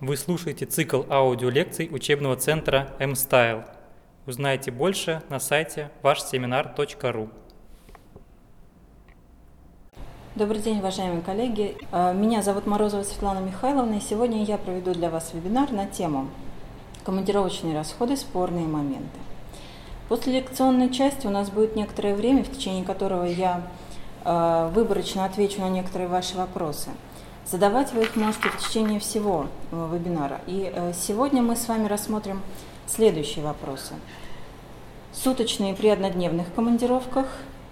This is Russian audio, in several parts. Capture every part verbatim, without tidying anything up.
Вы слушаете цикл аудиолекций учебного центра M-Style. Узнайте больше на сайте ваш семинар точка ру. Добрый день, уважаемые коллеги. Меня зовут Морозова Светлана Михайловна, и сегодня я проведу для вас вебинар на тему «Командировочные расходы. Спорные моменты». После лекционной части у нас будет некоторое время, в течение которого я выборочно отвечу на некоторые ваши вопросы. Задавать вы их можете в течение всего вебинара. И сегодня мы с вами рассмотрим следующие вопросы. Суточные при однодневных командировках,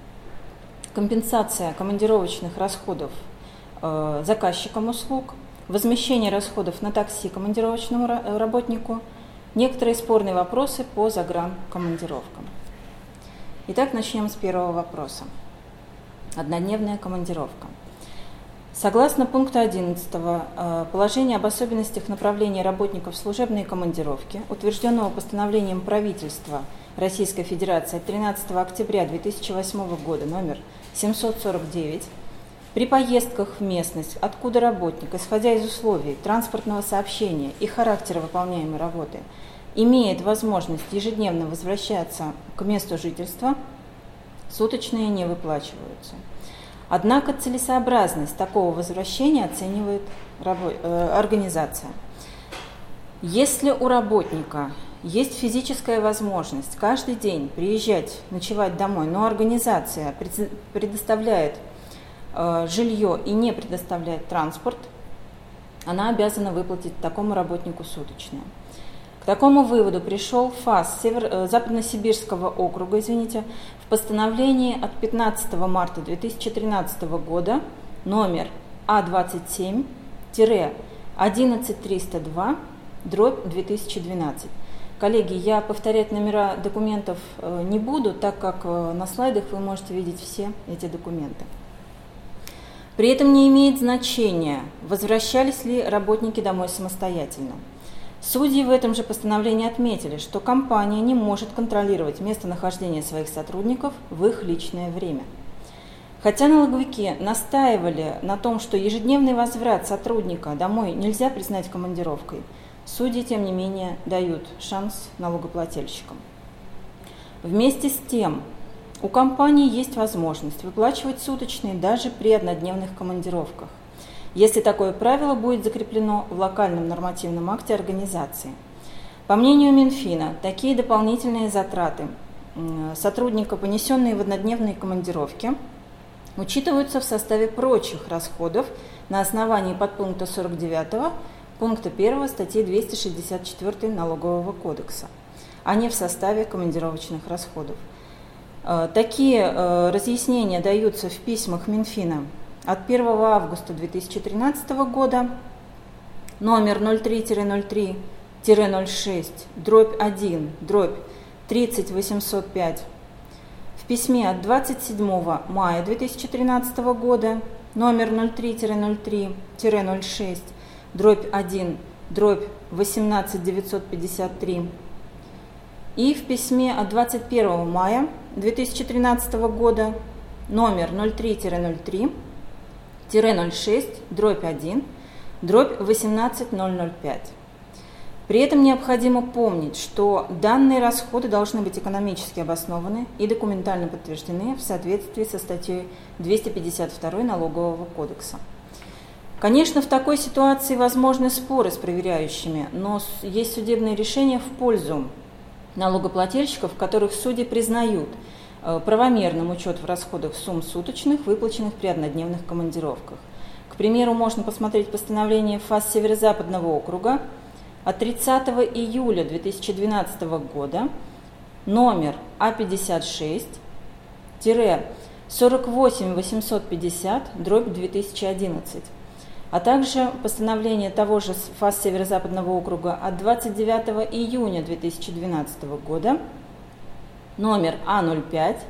компенсация командировочных расходов э, заказчикам услуг, возмещение расходов на такси командировочному работнику, некоторые спорные вопросы по загранкомандировкам. Итак, начнем с первого вопроса. Однодневная командировка. Согласно пункту одиннадцатого положения об особенностях направления работников в служебные командировки, утвержденного постановлением правительства Российской Федерации от тринадцатого октября две тысячи восьмого года номер семьсот сорок девять, при поездках в местность, откуда работник, исходя из условий транспортного сообщения и характера выполняемой работы, имеет возможность ежедневно возвращаться к месту жительства, суточные не выплачиваются. Однако целесообразность такого возвращения оценивает организация. Если у работника есть физическая возможность каждый день приезжать, ночевать домой, но организация предоставляет жилье и не предоставляет транспорт, она обязана выплатить такому работнику суточное. К такому выводу пришел ФАС Север... Западносибирского округа, извините, в постановлении от пятнадцатого марта две тысячи тринадцатого года номер А двадцать семь одиннадцать триста два дробь две тысячи двенадцать. Коллеги, я повторять номера документов не буду, так как на слайдах вы можете видеть все эти документы. При этом не имеет значения, возвращались ли работники домой самостоятельно. Судьи в этом же постановлении отметили, что компания не может контролировать местонахождение своих сотрудников в их личное время. Хотя налоговики настаивали на том, что ежедневный возврат сотрудника домой нельзя признать командировкой, судьи, тем не менее, дают шанс налогоплательщикам. Вместе с тем, у компании есть возможность выплачивать суточные даже при однодневных командировках, если такое правило будет закреплено в локальном нормативном акте организации. По мнению Минфина, такие дополнительные затраты сотрудника, понесенные в однодневные командировки, учитываются в составе прочих расходов на основании подпункта сорок девятого пункта первого статьи двести шестьдесят четыре Налогового кодекса, а не в составе командировочных расходов. Такие разъяснения даются в письмах Минфина от первого августа две тысячи тринадцатого года номер ноль три ноль три ноль шесть дробь один дробь тридцать восемьсот пять, в письме от двадцать седьмого мая две тысячи тринадцатого года номер ноль три ноль три ноль шесть дробь один дробь восемнадцать девятьсот пятьдесят три и в письме от двадцать первого мая две тысячи тринадцатого года номер ноль три ноль три ноль шесть дробь один дробь восемнадцать ноль ноль пять. При этом необходимо помнить, что данные расходы должны быть экономически обоснованы и документально подтверждены в соответствии со статьей двести пятьдесят два Налогового кодекса. Конечно, в такой ситуации возможны споры с проверяющими, но есть судебные решения в пользу налогоплательщиков, в которых судьи признают правомерным учет в расходах сумм суточных, выплаченных при однодневных командировках. К примеру, можно посмотреть постановление ФАС Северо-Западного округа от тридцатого июля две тысячи двенадцатого года номер А пятьдесят шесть сорок восемь восемьсот пятьдесят дробь две тысячи одиннадцать, а также постановление того же ФАС Северо-Западного округа от двадцать девятого июня две тысячи двенадцатого года номер А ноль пять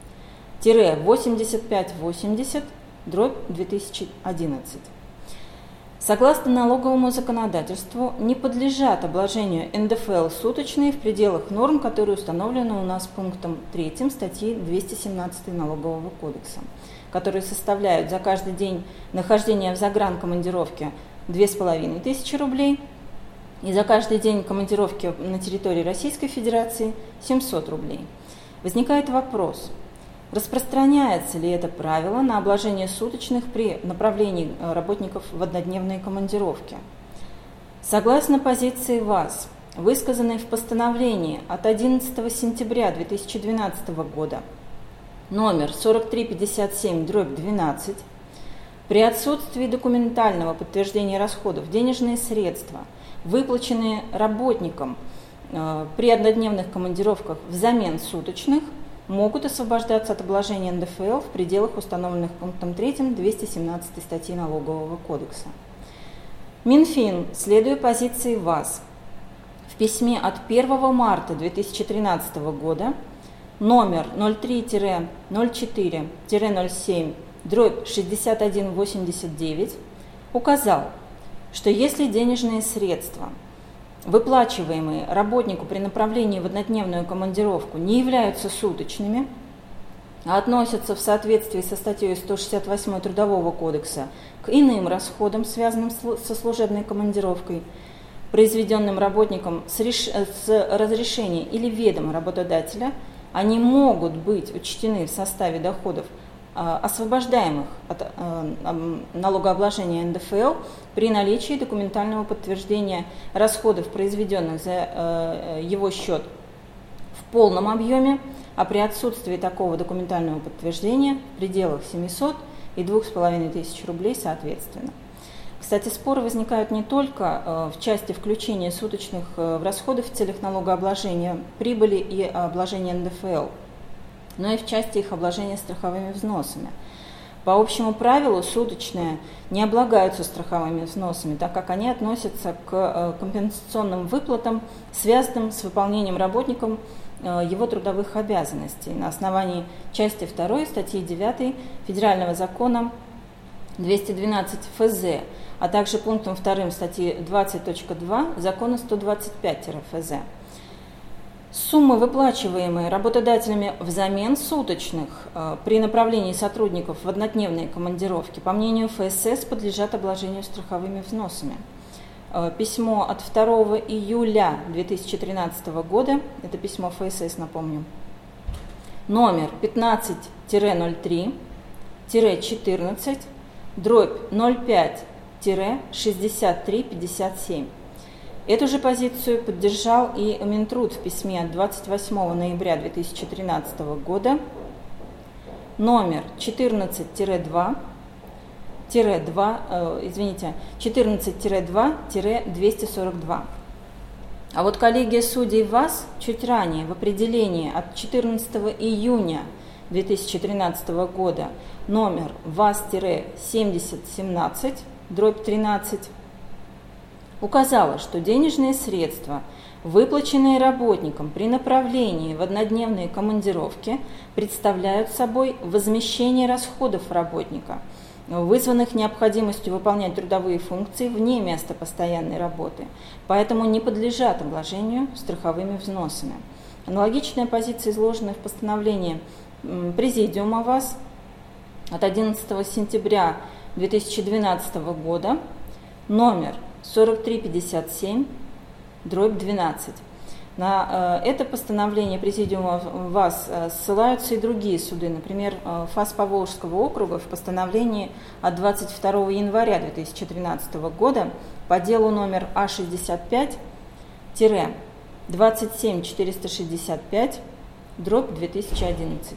восемьдесят пять восемьдесят дробь две тысячи одиннадцать. Согласно налоговому законодательству, не подлежат обложению эн дэ эф эл суточные в пределах норм, которые установлены у нас пунктом третьим статьи двести семнадцать Налогового кодекса, которые составляют за каждый день нахождения в загранкомандировке две тысячи пятьсот рублей, и за каждый день командировки на территории Российской Федерации семьсот рублей. Возникает вопрос, распространяется ли это правило на обложение суточных при направлении работников в однодневные командировки? Согласно позиции ВАС, высказанной в постановлении от одиннадцатого сентября две тысячи двенадцатого года номер сорок три пятьдесят семь дробь двенадцать, при отсутствии документального подтверждения расходов денежные средства, выплаченные работникам э, при однодневных командировках взамен суточных, могут освобождаться от обложения эн дэ эф эл в пределах, установленных пунктом третьим двести семнадцатой статьи Налогового кодекса. Минфин, следуя позиции ВАС, в письме от первого марта две тысячи тринадцатого года номер ноль три ноль четыре ноль семь дробь шестьдесят один восемьдесят девять указал, что если денежные средства, выплачиваемые работнику при направлении в однодневную командировку, не являются суточными, а относятся в соответствии со статьей сто шестьдесят восемь Трудового кодекса к иным расходам, связанным со служебной командировкой, произведенным работником с, реш... с разрешения или ведома работодателя, они могут быть учтены в составе доходов, освобождаемых от налогообложения эн дэ эф эл при наличии документального подтверждения расходов, произведенных за его счет в полном объеме, а при отсутствии такого документального подтверждения в пределах семисот и двух с половиной тысяч рублей соответственно. Кстати, споры возникают не только в части включения суточных в расходы в целях налогообложения прибыли и обложения эн дэ эф эл, но и в части их обложения страховыми взносами. По общему правилу суточные не облагаются страховыми взносами, так как они относятся к компенсационным выплатам, связанным с выполнением работником его трудовых обязанностей на основании части второй статьи девятой Федерального закона двести двенадцать эф зэ, а также пунктом вторым статьи двадцать точка два закона сто двадцать пять эф зэ. Суммы, выплачиваемые работодателями взамен суточных э, при направлении сотрудников в однодневные командировки, по мнению эф эс эс, подлежат обложению страховыми взносами. Э, письмо от второго июля две тысячи тринадцатого года, это письмо эф эс эс, напомню, номер пятнадцать ноль три четырнадцать дробь ноль пять шестьдесят три пятьдесят семь. Эту же позицию поддержал и Минтруд в письме от двадцать восьмого ноября две тысячи тринадцатого года номер четырнадцать два, два э, извините, четырнадцать два двести сорок два. А вот коллегия судей ВАС чуть ранее в определении от четырнадцатого июня две тысячи тринадцатого года номер ВАС семьдесят семнадцать дробь тринадцать указала, что денежные средства, выплаченные работникам при направлении в однодневные командировки, представляют собой возмещение расходов работника, вызванных необходимостью выполнять трудовые функции вне места постоянной работы, поэтому не подлежат обложению страховыми взносами. Аналогичная позиция изложена в постановлении Президиума ВАС от одиннадцатого сентября две тысячи двенадцатого года номер сорок три пятьдесят семь дробь двенадцать. На э, это постановление Президиума ВАС э, ссылаются и другие суды, например, э, ФАС Поволжского округа в постановлении от двадцать второго января две тысячи тринадцатого года по делу номер А шестьдесят пять двадцать семь четыреста шестьдесят пять дробь две тысячи одиннадцать.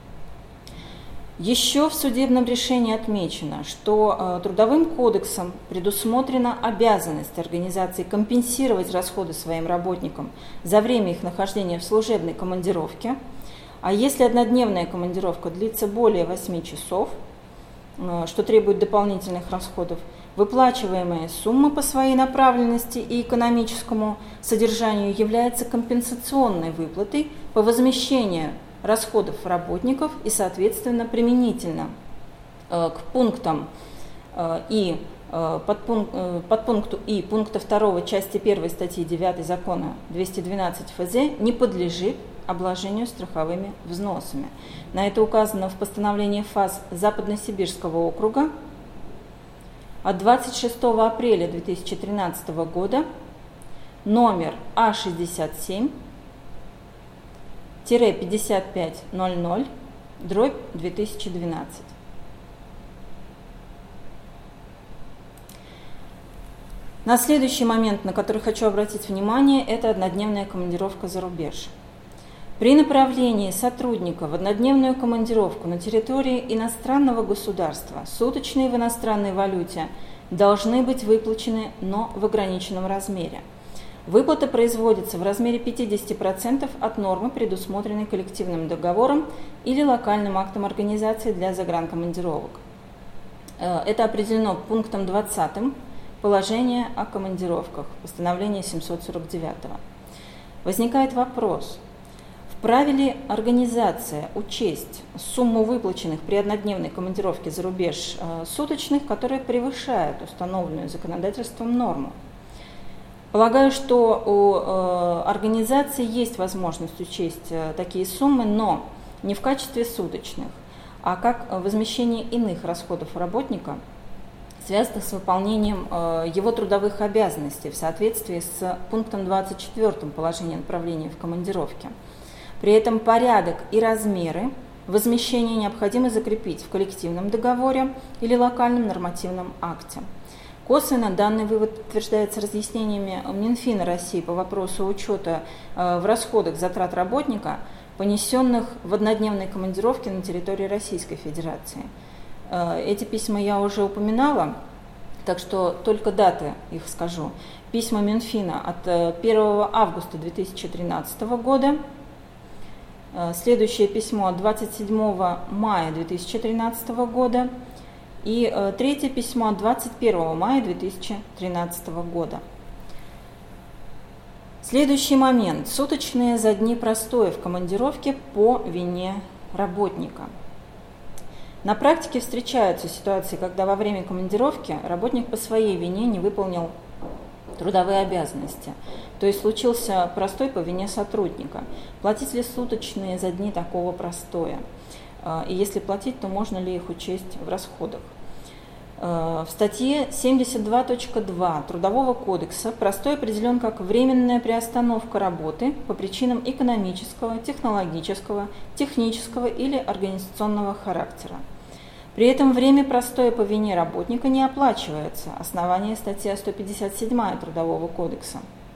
Еще в судебном решении отмечено, что э, Трудовым кодексом предусмотрена обязанность организации компенсировать расходы своим работникам за время их нахождения в служебной командировке, а если однодневная командировка длится более восьми часов, э, что требует дополнительных расходов, выплачиваемая сумма по своей направленности и экономическому содержанию является компенсационной выплатой по возмещению расходов работников и, соответственно, применительно э, к пунктам э, и э, подпунк, э, подпункту И пункта второго части первой статьи девятой закона двести двенадцать эф зэ не подлежит обложению страховыми взносами. На это указано в постановлении ФАС Западно-Сибирского округа от двадцать шестого апреля две тысячи тринадцатого года номер А шестьдесят семь пятьдесят пять ноль ноль дробь две тысячи двенадцать. На следующий момент, на который хочу обратить внимание, это однодневная командировка за рубеж. При направлении сотрудника в однодневную командировку на территории иностранного государства суточные в иностранной валюте должны быть выплачены, но в ограниченном размере. Выплата производится в размере пятьдесят процентов от нормы, предусмотренной коллективным договором или локальным актом организации для загранкомандировок. Это определено пунктом двадцатым положения о командировках, постановление семьсот сорок девять. Возникает вопрос, вправе ли организация учесть сумму выплаченных при однодневной командировке за рубеж э, суточных, которая превышает установленную законодательством норму? Полагаю, что у э, организации есть возможность учесть э, такие суммы, но не в качестве суточных, а как возмещение иных расходов работника, связанных с выполнением э, его трудовых обязанностей в соответствии с пунктом двадцать четвёртым положения направления в командировке. При этом порядок и размеры возмещения необходимо закрепить в коллективном договоре или локальном нормативном акте. Косвенно данный вывод подтверждается разъяснениями Минфина России по вопросу учета э, в расходах затрат работника, понесенных в однодневной командировке на территории Российской Федерации. Э, эти письма я уже упоминала, так что только даты их скажу. Письма Минфина от первого августа две тысячи тринадцатого года, следующее письмо от двадцать седьмого мая две тысячи тринадцатого года и э, третье письмо от двадцать первого мая две тысячи тринадцатого года. Следующий момент. Суточные за дни простоя в командировке по вине работника. На практике встречаются ситуации, когда во время командировки работник по своей вине не выполнил трудовые обязанности, то есть случился простой по вине сотрудника. Платить ли суточные за дни такого простоя? И если платить, то можно ли их учесть в расходах? В статье семьдесят два точка два Трудового кодекса простой определен как временная приостановка работы по причинам экономического, технологического, технического или организационного характера. При этом время простоя по вине работника не оплачивается, основание статья сто пятьдесят семь Трудового кодекса.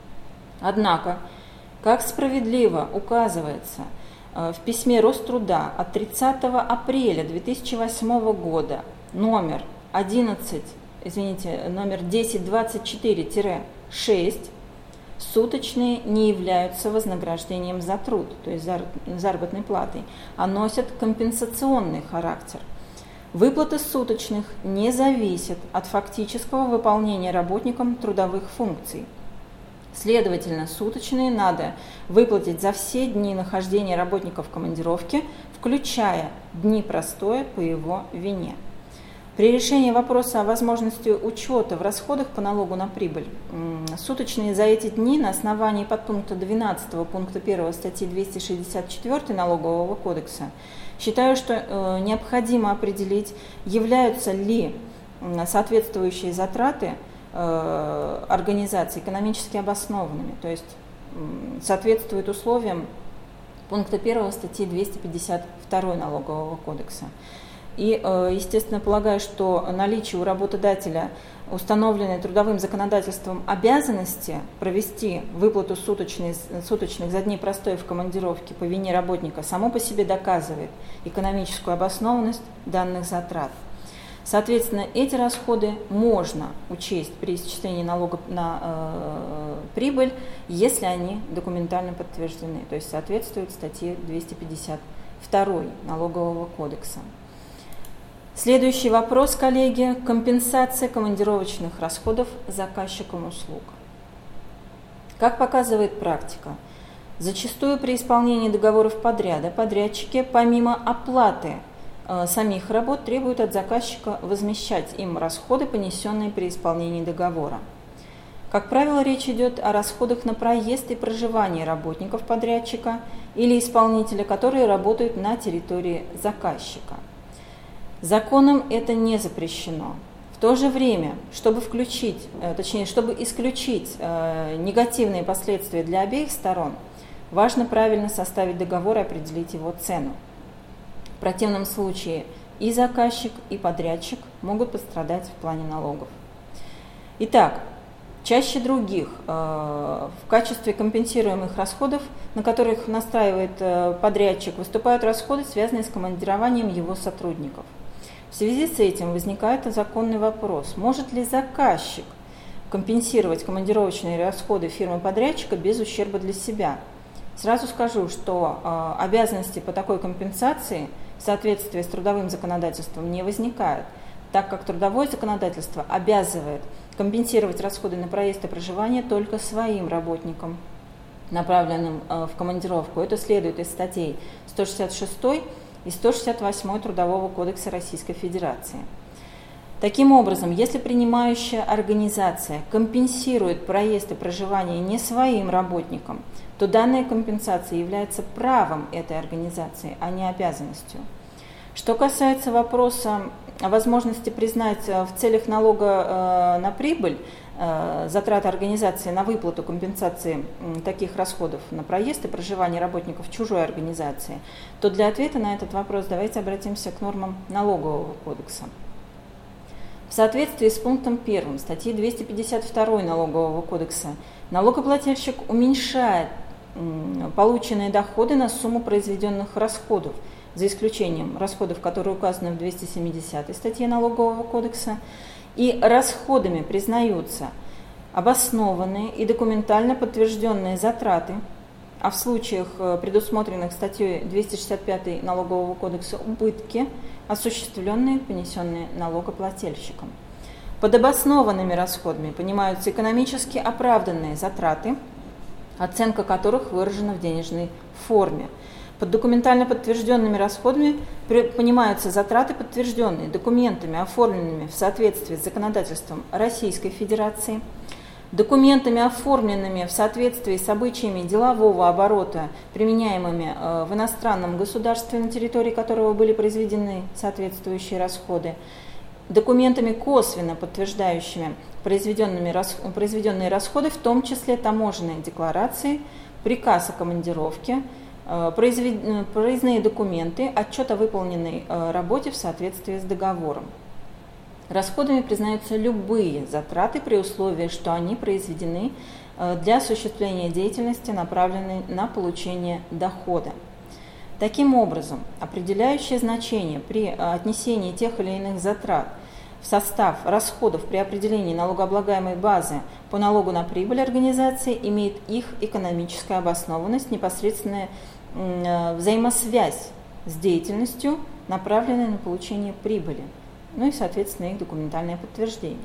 Однако, как справедливо указывается в письме Роструда от тридцатого апреля две тысячи восьмого года номер одиннадцать, извините, номер десять двадцать четыре шесть, суточные не являются вознаграждением за труд, то есть заработной платой, а носят компенсационный характер. Выплаты суточных не зависят от фактического выполнения работником трудовых функций. Следовательно, суточные надо выплатить за все дни нахождения работника в командировке, включая дни простоя по его вине. При решении вопроса о возможности учета в расходах по налогу на прибыль суточные за эти дни на основании подпункта двенадцатого пункта первого статьи двести шестьдесят четыре Налогового кодекса считаю, что э, необходимо определить, являются ли соответствующие затраты э, организации экономически обоснованными, то есть э, соответствуют условиям пункта первого статьи двести пятьдесят два Налогового кодекса. И, естественно, полагаю, что наличие у работодателя установленной трудовым законодательством обязанности провести выплату суточных, суточных за дни простоя в командировке по вине работника само по себе доказывает экономическую обоснованность данных затрат. Соответственно, эти расходы можно учесть при исчислении налога на э, прибыль, если они документально подтверждены, то есть соответствуют статье двести пятьдесят два Налогового кодекса. Следующий вопрос, коллеги. Компенсация командировочных расходов заказчикам услуг. Как показывает практика, зачастую при исполнении договоров подряда подрядчики, помимо оплаты э, самих работ, требуют от заказчика возмещать им расходы, понесенные при исполнении договора. Как правило, речь идет о расходах на проезд и проживание работников подрядчика или исполнителя, которые работают на территории заказчика. Законом это не запрещено. В то же время, чтобы включить, точнее, чтобы исключить негативные последствия для обеих сторон, важно правильно составить договор и определить его цену. В противном случае и заказчик, и подрядчик могут пострадать в плане налогов. Итак, чаще других в качестве компенсируемых расходов, на которых настаивает подрядчик, выступают расходы, связанные с командированием его сотрудников. В связи с этим возникает законный вопрос: может ли заказчик компенсировать командировочные расходы фирмы-подрядчика без ущерба для себя? Сразу скажу, что э, обязанности по такой компенсации в соответствии с трудовым законодательством не возникает, так как трудовое законодательство обязывает компенсировать расходы на проезд и проживание только своим работникам, направленным э, в командировку. Это следует из статей сто шестьдесят шестой и сто шестьдесят восьмой Трудового кодекса Российской Федерации. Таким образом, если принимающая организация компенсирует проезд и проживание не своим работникам, то данная компенсация является правом этой организации, а не обязанностью. Что касается вопроса о возможности признать в целях налога на прибыль затраты организации на выплату компенсации таких расходов на проезд и проживание работников чужой организации, то для ответа на этот вопрос давайте обратимся к нормам Налогового кодекса. В соответствии с пунктом первым статьи двести пятьдесят два Налогового кодекса налогоплательщик уменьшает полученные доходы на сумму произведенных расходов, за исключением расходов, которые указаны в двести семидесятой статье Налогового кодекса, и расходами признаются обоснованные и документально подтвержденные затраты, а в случаях, предусмотренных статьей двести шестьдесят пятой Налогового кодекса, убытки, осуществленные, понесенные налогоплательщиком. Под обоснованными расходами понимаются экономически оправданные затраты, оценка которых выражена в денежной форме. Под документально подтвержденными расходами понимаются затраты, подтвержденные документами, оформленными в соответствии с законодательством Российской Федерации, документами, оформленными в соответствии с обычаями делового оборота, применяемыми в иностранном государстве, на территории которого были произведены соответствующие расходы, документами, косвенно подтверждающими произведенными, произведенные расходы, в том числе таможенные декларации, приказ о командировке, проездные документы, отчет о выполненной работе в соответствии с договором. Расходами признаются любые затраты при условии, что они произведены для осуществления деятельности, направленной на получение дохода. Таким образом, определяющее значение при отнесении тех или иных затрат в состав расходов при определении налогооблагаемой базы по налогу на прибыль организации имеет их экономическая обоснованность, непосредственная взаимосвязь с деятельностью, направленной на получение прибыли, ну и, соответственно, их документальное подтверждение.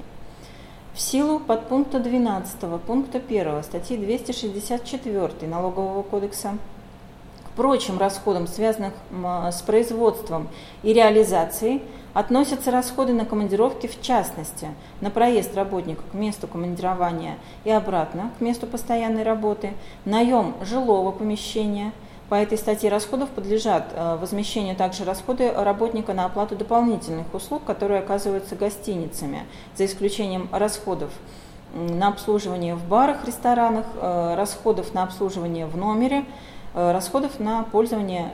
В силу подпункта двенадцатого пункта первого статьи двести шестьдесят четвёртой Налогового кодекса к прочим расходам, связанным с производством и реализацией, относятся расходы на командировки, в частности, на проезд работника к месту командирования и обратно к месту постоянной работы, наем жилого помещения. По этой статье расходов подлежат возмещению также расходы работника на оплату дополнительных услуг, которые оказываются гостиницами, за исключением расходов на обслуживание в барах, ресторанах, расходов на обслуживание в номере, расходов на пользование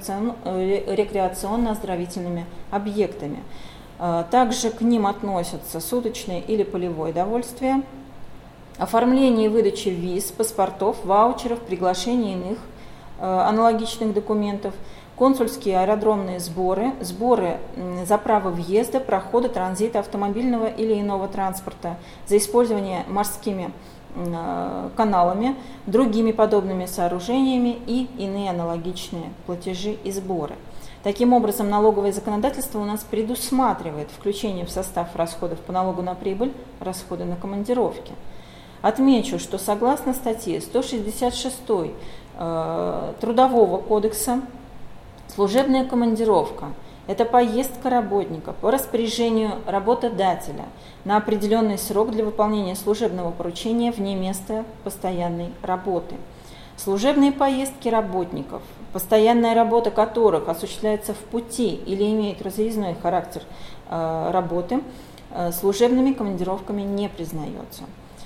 рекреационно-оздоровительными объектами. Также к ним относятся суточное или полевое довольствие, оформление и выдача виз, паспортов, ваучеров, приглашений и иных аналогичных документов, консульские аэродромные сборы, сборы за право въезда, прохода, транзита автомобильного или иного транспорта, за использование морскими каналами, другими подобными сооружениями и иные аналогичные платежи и сборы. Таким образом, налоговое законодательство у нас предусматривает включение в состав расходов по налогу на прибыль расходы на командировки. Отмечу, что согласно статье сто шестьдесят шестой э, Трудового кодекса, служебная командировка – это поездка работника по распоряжению работодателя на определенный срок для выполнения служебного поручения вне места постоянной работы. Служебные поездки работников, постоянная работа которых осуществляется в пути или имеет разъездной характер э, работы, служебными командировками не признается.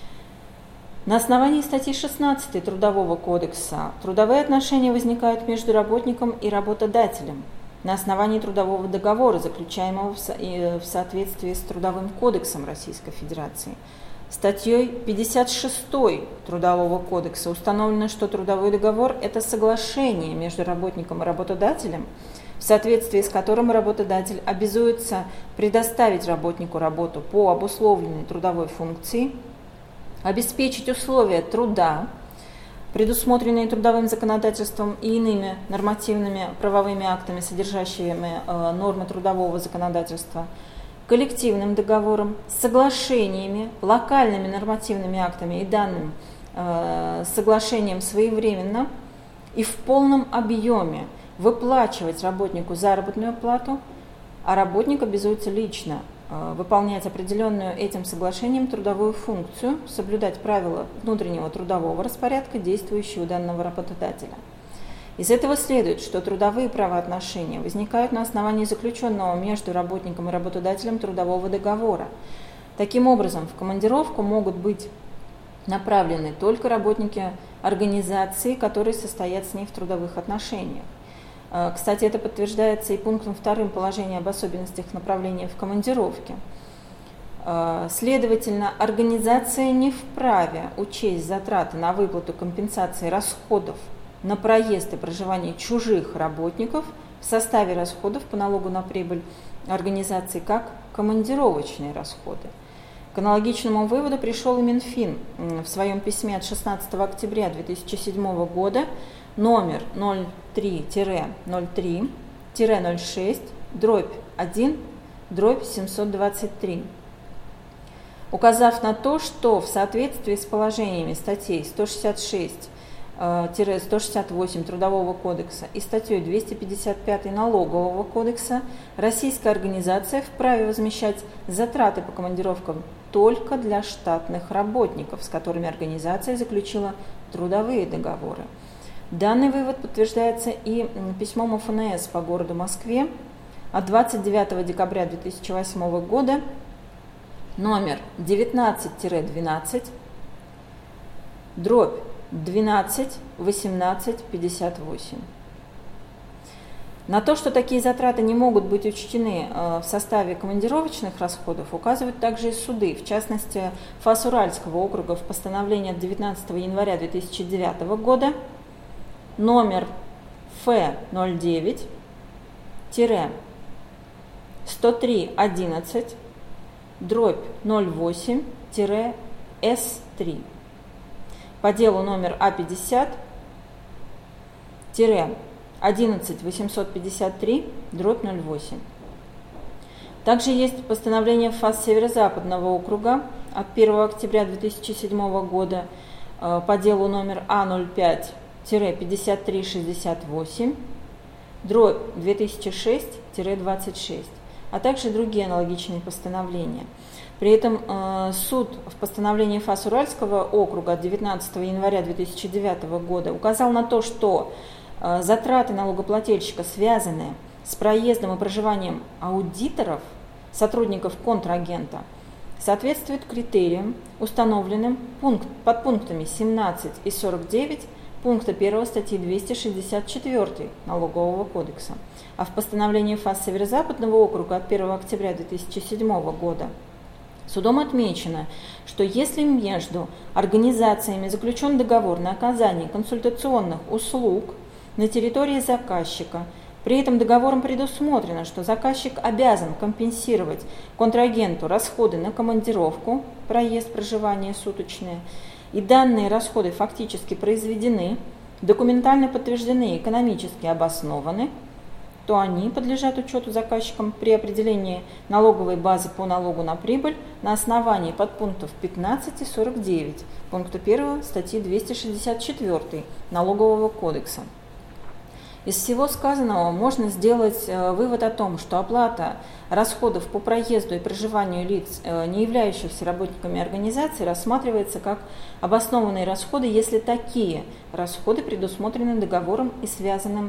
На основании статьи шестнадцатой Трудового кодекса трудовые отношения возникают между работником и работодателем на основании трудового договора, заключаемого в соответствии с Трудовым кодексом Российской Федерации. Статьей пятьдесят шестой Трудового кодекса установлено, что трудовой договор – это соглашение между работником и работодателем, в соответствии с которым работодатель обязуется предоставить работнику работу по обусловленной трудовой функции, обеспечить условия труда, предусмотренные трудовым законодательством и иными нормативными правовыми актами, содержащими э, нормы трудового законодательства, коллективным договором, соглашениями, локальными нормативными актами и данным э, соглашением своевременно и в полном объеме выплачивать работнику заработную плату, а работник обязуется лично выполнять определенную этим соглашением трудовую функцию, соблюдать правила внутреннего трудового распорядка, действующие у данного работодателя. Из этого следует, что трудовые правоотношения возникают на основании заключенного между работником и работодателем трудового договора. Таким образом, в командировку могут быть направлены только работники организации, которые состоят с ней в трудовых отношениях. Кстати, это подтверждается и пунктом вторым положения об особенностях направления в командировке. Следовательно, организация не вправе учесть затраты на выплату компенсации расходов на проезд и проживание чужих работников в составе расходов по налогу на прибыль организации как командировочные расходы. К аналогичному выводу пришел и Минфин в своем письме от шестнадцатого октября две тысячи седьмого года номер ноль три ноль три ноль шесть дробь один дробь семьсот двадцать три, указав на то, что в соответствии с положениями статей сто шестьдесят шесть сто шестьдесят восемь Трудового кодекса и статьей двести пятьдесят пять Налогового кодекса российская организация вправе возмещать затраты по командировкам только для штатных работников, с которыми организация заключила трудовые договоры. Данный вывод подтверждается и письмом эф эн эс по городу Москве от двадцать девятого декабря две тысячи восьмого года номер девятнадцать двенадцать дробь двенадцать восемнадцать пятьдесят восемь. На то, что такие затраты не могут быть учтены в составе командировочных расходов, указывают также и суды. В частности, ФАС Уральского округа в постановлении от девятнадцатого января две тысячи девятого года номер эф ноль девять сто три одиннадцать дробь ноль восемь эс три по делу номер А пятьдесят одиннадцать восемьсот пятьдесят три дробь ноль восемь. Также есть постановление ФАС Северо-Западного округа от первого октября две тысячи седьмого года по делу номер А ноль пять пятьдесят три шестьдесят восемь дробь две тысячи шесть двадцать шесть, а также другие аналогичные постановления. При этом э, суд в постановлении ФАС Уральского округа от девятнадцатого января две тысячи девятого года указал на то, что э, затраты налогоплательщика, связанные с проездом и проживанием аудиторов, сотрудников контрагента, соответствуют критериям, установленным пункт, под пунктами семнадцать и сорок девять пункта первого статьи двести шестьдесят четыре Налогового кодекса. А в постановлении ФАС Северо-Западного округа от первого октября две тысячи седьмого года судом отмечено, что если между организациями заключен договор на оказание консультационных услуг на территории заказчика, при этом договором предусмотрено, что заказчик обязан компенсировать контрагенту расходы на командировку, проезд, проживание суточное, и данные расходы фактически произведены, документально подтверждены и экономически обоснованы, то они подлежат учету заказчиком при определении налоговой базы по налогу на прибыль на основании подпунктов пятнадцать и сорок девять пункта первого статьи двести шестьдесят четыре Налогового кодекса. Из всего сказанного можно сделать вывод о том, что оплата расходов по проезду и проживанию лиц, не являющихся работниками организации, рассматривается как обоснованные расходы, если такие расходы предусмотрены договором и связанным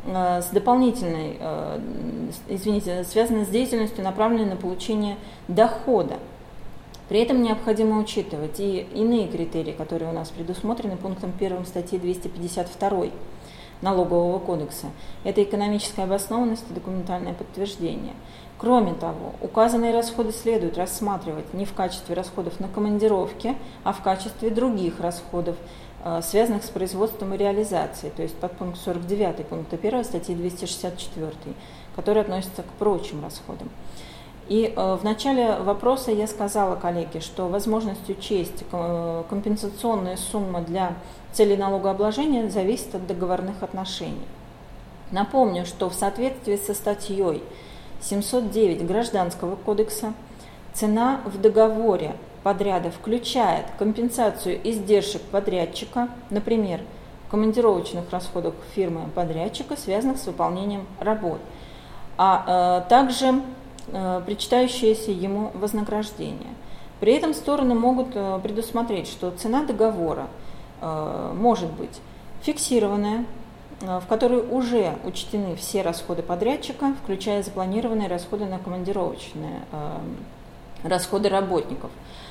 с дополнительной, извините, связаны с деятельностью, направленной на получение дохода. При этом необходимо учитывать и иные критерии, которые у нас предусмотрены пунктом первым статьи двести пятьдесят два Налогового кодекса. Это экономическая обоснованность и документальное подтверждение. Кроме того, указанные расходы следует рассматривать не в качестве расходов на командировки, а в качестве других расходов, связанных с производством и реализацией, то есть подпункт сорок девять пункта первого статьи двести шестьдесят четыре, который относится к прочим расходам. И э, в начале вопроса я сказала коллеге, что возможность учесть компенсационные суммы для целей налогообложения зависит от договорных отношений. Напомню, что в соответствии со статьей семьсот девять Гражданского кодекса цена в договоре подряда включает компенсацию издержек подрядчика, например, командировочных расходов фирмы-подрядчика, связанных с выполнением работ, а э, также э, причитающееся ему вознаграждение. При этом стороны могут э, предусмотреть, что цена договора э, может быть фиксированная, э, в которой уже учтены все расходы подрядчика, включая запланированные расходы на командировочные э, расходы работников.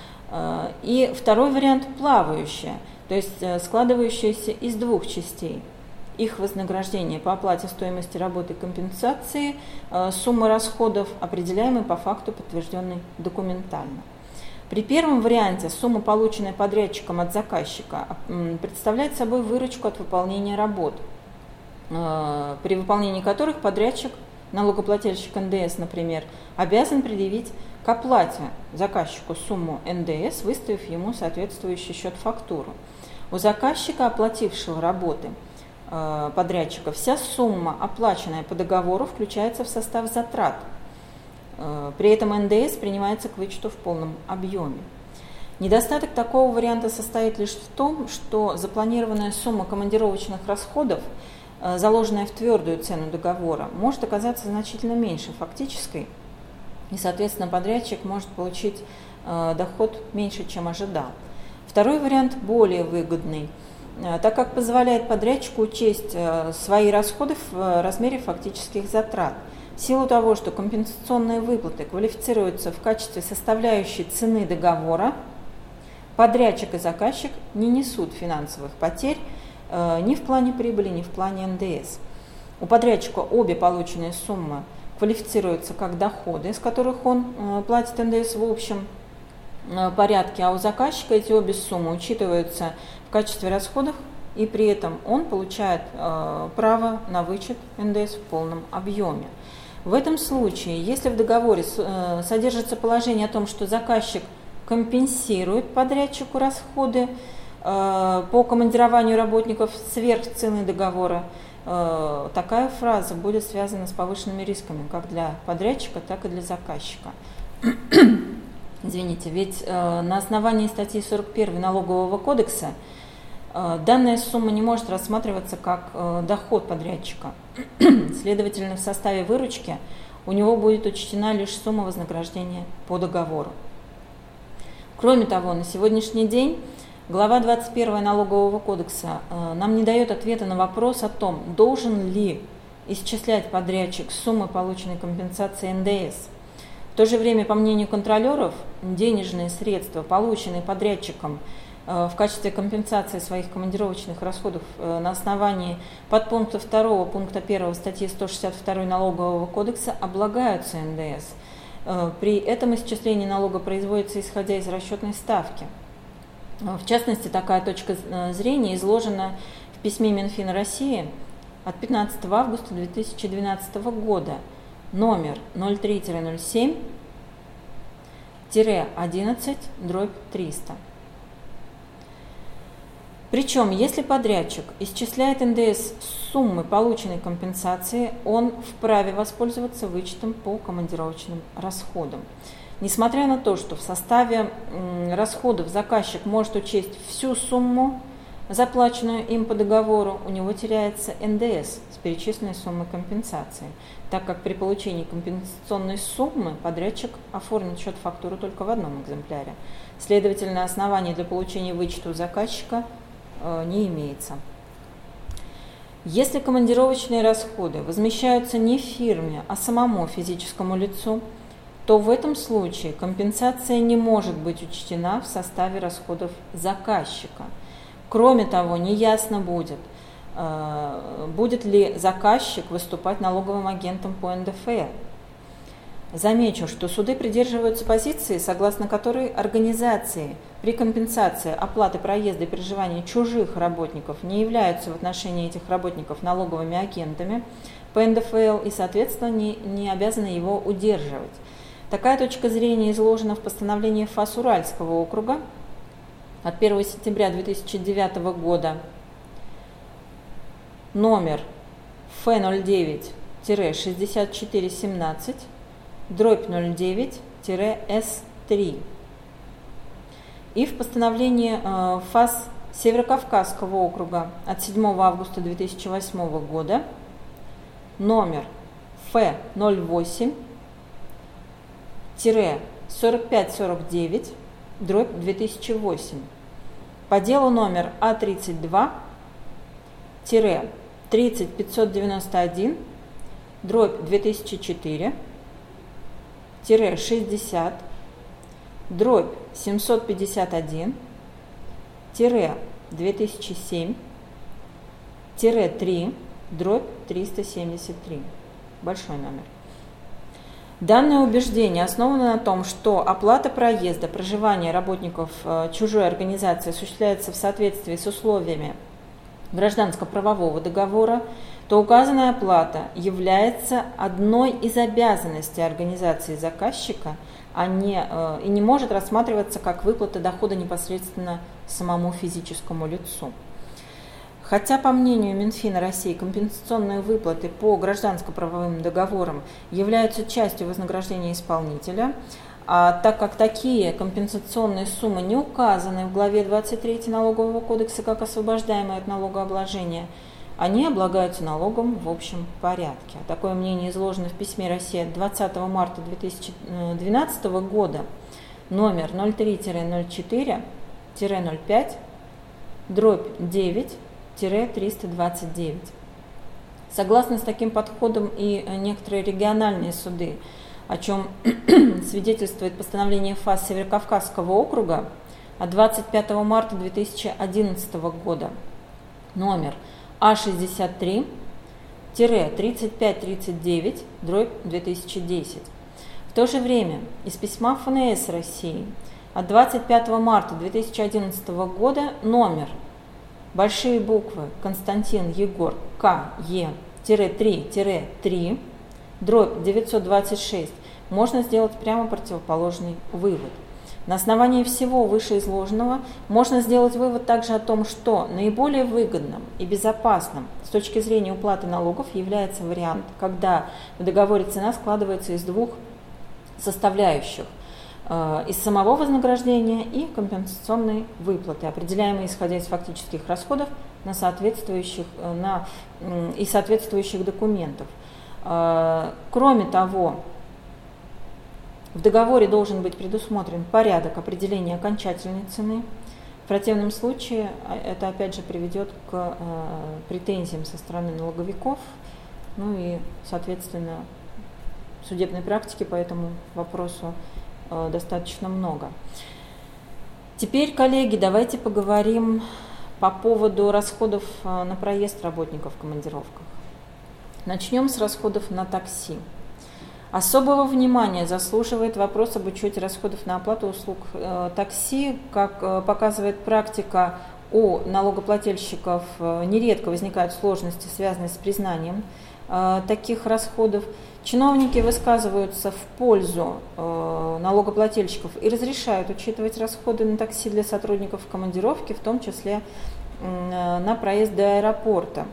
И второй вариант – плавающая, то есть складывающаяся из двух частей. Их вознаграждение по оплате стоимости работы и компенсации, сумма расходов, определяемой по факту, подтвержденной документально. При первом варианте сумма, полученная подрядчиком от заказчика, представляет собой выручку от выполнения работ, при выполнении которых подрядчик, налогоплательщик эн дэ эс, например, обязан предъявить к оплате заказчику сумму эн дэ эс, выставив ему соответствующий счет-фактуру. У заказчика, оплатившего работы э, подрядчика, вся сумма, оплаченная по договору, включается в состав затрат. Э, при этом эн дэ эс принимается к вычету в полном объеме. Недостаток такого варианта состоит лишь в том, что запланированная сумма командировочных расходов, э, заложенная в твердую цену договора, может оказаться значительно меньше фактической, и, соответственно, подрядчик может получить э, доход меньше, чем ожидал. Второй вариант более выгодный, э, так как позволяет подрядчику учесть э, свои расходы в э, размере фактических затрат. В силу того, что компенсационные выплаты квалифицируются в качестве составляющей цены договора, подрядчик и заказчик не несут финансовых потерь э, ни в плане прибыли, ни в плане эн дэ эс. У подрядчика обе полученные суммы квалифицируются как доходы, с которых он э, платит эн дэ эс в общем э, порядке, а у заказчика эти обе суммы учитываются в качестве расходов, и при этом он получает э, право на вычет эн дэ эс в полном объеме. В этом случае, если в договоре э, содержится положение о том, что заказчик компенсирует подрядчику расходы э, по командированию работников сверх цены договора, такая фраза будет связана с повышенными рисками как для подрядчика, так и для заказчика. Извините, ведь на основании статьи сорок первой Налогового кодекса данная сумма не может рассматриваться как доход подрядчика. Следовательно, в составе выручки у него будет учтена лишь сумма вознаграждения по договору. Кроме того, на сегодняшний день глава двадцать первая Налогового кодекса э, нам не дает ответа на вопрос о том, должен ли исчислять подрядчик суммы полученной компенсации эн дэ эс. В то же время, по мнению контролеров, денежные средства, полученные подрядчиком э, в качестве компенсации своих командировочных расходов э, на основании подпункта второго пункта первого статьи сто шестьдесят два Налогового кодекса, облагаются эн дэ эс. Э, при этом исчисление налога производится исходя из расчетной ставки. В частности, такая точка зрения изложена в письме Минфина России от пятнадцатого августа две тысячи двенадцатого года, номер ноль три ноль семь одиннадцать дробь триста. Причем, если подрядчик исчисляет эн дэ эс с суммы полученной компенсации, он вправе воспользоваться вычетом по командировочным расходам. Несмотря на то, что в составе расходов заказчик может учесть всю сумму, заплаченную им по договору, у него теряется эн дэ эс с перечисленной суммой компенсации, так как при получении компенсационной суммы подрядчик оформит счет-фактуру только в одном экземпляре. Следовательно, оснований для получения вычета у заказчика э, не имеется. Если командировочные расходы возмещаются не фирме, а самому физическому лицу, то в этом случае компенсация не может быть учтена в составе расходов заказчика. Кроме того, неясно будет, будет ли заказчик выступать налоговым агентом по эн дэ эф эр. Замечу, что суды придерживаются позиции, согласно которой организации при компенсации оплаты проезда и проживания чужих работников не являются в отношении этих работников налоговыми агентами по эн дэ эф эл и, соответственно, не, не обязаны его удерживать. Такая точка зрения изложена в постановлении ФАС Уральского округа от первого сентября две тысячи девятого года номер эф ноль девять шестьдесят четыре семнадцать дробь ноль девять эс три и в постановлении э, ФАС Северокавказского округа от седьмого августа две тысячи восьмого года номер эф ноль восемь сорок пять сорок девять дробь две тысячи восемь по делу номер А тридцать два тридцать пятьсот девяносто один дробь две тысячи четыре шестьдесят дробь семьсот пятьдесят один две тысячи семь три дробь триста семьдесят три. Большой номер. Данное убеждение основано на том, что оплата проезда, проживания работников чужой организации осуществляется в соответствии с условиями гражданско-правового договора, то указанная оплата является одной из обязанностей организации заказчика, а не, э, и не может рассматриваться как выплата дохода непосредственно самому физическому лицу. Хотя, по мнению Минфина России, компенсационные выплаты по гражданско-правовым договорам являются частью вознаграждения исполнителя, а так как такие компенсационные суммы не указаны в главе двадцать три Налогового кодекса как освобождаемые от налогообложения, они облагаются налогом в общем порядке. Такое мнение изложено в письме России от двадцатого марта две тысячи двенадцатого года номер ноль три ноль четыре ноль пять дробь девять триста двадцать девять. Согласно с таким подходом и некоторые региональные суды, о чем свидетельствует постановление ФАС Северокавказского округа от двадцать пятого марта две тысячи одиннадцатого года номер А шестьдесят три тридцать пять тридцать девять дробь две тысячи десять. В то же время из письма эф эн эс России от двадцать пятого марта две тысячи одиннадцатого года номер большие буквы Константин Егор К Е три три дробь девятьсот двадцать шесть можно сделать прямо противоположный вывод. На основании всего вышеизложенного можно сделать вывод также о том, что наиболее выгодным и безопасным с точки зрения уплаты налогов является вариант, когда в договоре цена складывается из двух составляющих э, – из самого вознаграждения и компенсационной выплаты, определяемые исходя из фактических расходов на соответствующих, на, и соответствующих документов. Э, кроме того, в договоре должен быть предусмотрен порядок определения окончательной цены. В противном случае это опять же приведет к э, претензиям со стороны налоговиков, ну и, соответственно, судебной практики по этому вопросу э, достаточно много. Теперь, коллеги, давайте поговорим по поводу расходов э, на проезд работников в командировках. Начнем с расходов на такси. Особого внимания заслуживает вопрос об учете расходов на оплату услуг э, такси. Как э, показывает практика, у налогоплательщиков э, нередко возникают сложности, связанные с признанием э, таких расходов. Чиновники высказываются в пользу э, налогоплательщиков и разрешают учитывать расходы на такси для сотрудников в командировке, в том числе э, на проезд до аэропорта.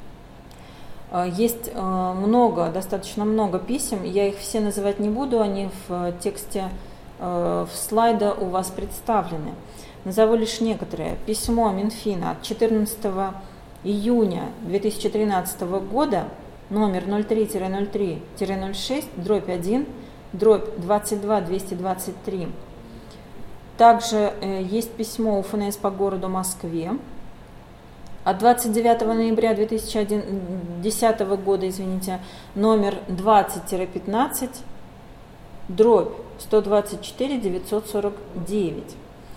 Есть много, достаточно много писем, я их все называть не буду, они в тексте в слайда у вас представлены. Назову лишь некоторые. Письмо Минфина от четырнадцатого июня две тысячи тринадцатого года, номер ноль три ноль три ноль шесть дробь один дробь двадцать два двести двадцать три. Также есть письмо УФНС по городу Москве От двадцать девятого ноября две тысячи десятого года, извините, номер двадцать пятнадцать, дробь сто двадцать четыре девятьсот сорок девять.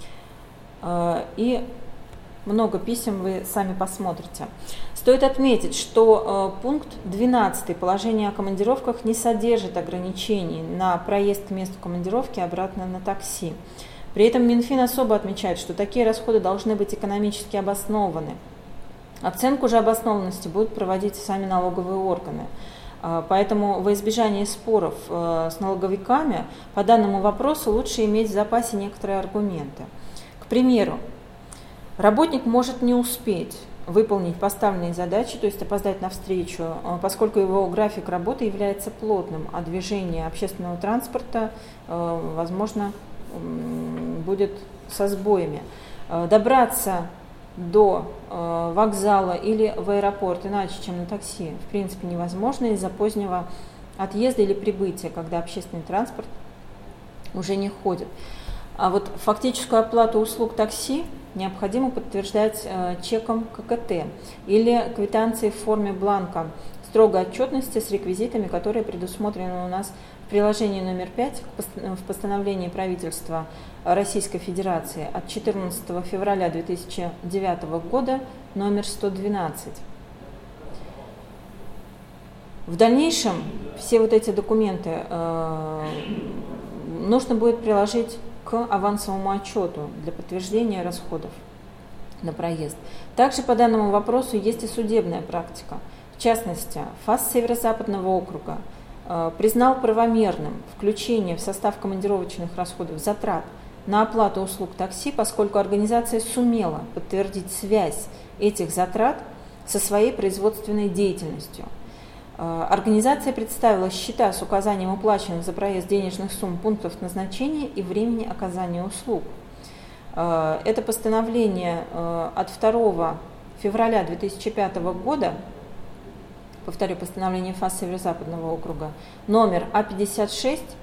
И много писем вы сами посмотрите. Стоит отметить, что э, пункт двенадцатый положение о командировках не содержит ограничений на проезд к месту командировки обратно на такси. При этом Минфин особо отмечает, что такие расходы должны быть экономически обоснованы. Оценку же обоснованности будут проводить сами налоговые органы. Э, поэтому во избежание споров э, с налоговиками по данному вопросу лучше иметь в запасе некоторые аргументы. К примеру, работник может не успеть выполнить поставленные задачи, то есть опоздать на встречу, поскольку его график работы является плотным, а движение общественного транспорта, возможно, будет со сбоями. Добраться до вокзала или в аэропорт иначе, чем на такси, в принципе, невозможно из-за позднего отъезда или прибытия, когда общественный транспорт уже не ходит. А вот фактическую оплату услуг такси необходимо подтверждать э, чеком ка ка тэ или квитанцией в форме бланка строгой отчетности с реквизитами, которые предусмотрены у нас в приложении номер пять в постановлении правительства Российской Федерации от четырнадцатого февраля две тысячи девятого года номер сто двенадцать. В дальнейшем все вот эти документы э, нужно будет приложить к авансовому отчету для подтверждения расходов на проезд. Также по данному вопросу есть и судебная практика. В частности, ФАС Северо-Западного округа э, признал правомерным включение в состав командировочных расходов затрат на оплату услуг такси, поскольку организация сумела подтвердить связь этих затрат со своей производственной деятельностью. Организация представила счета с указанием уплаченных за проезд денежных сумм, пунктов назначения и времени оказания услуг. Это постановление от второго февраля две тысячи пятого года, повторю, постановление ФАС Северо-Западного округа, номер А пятьдесят шесть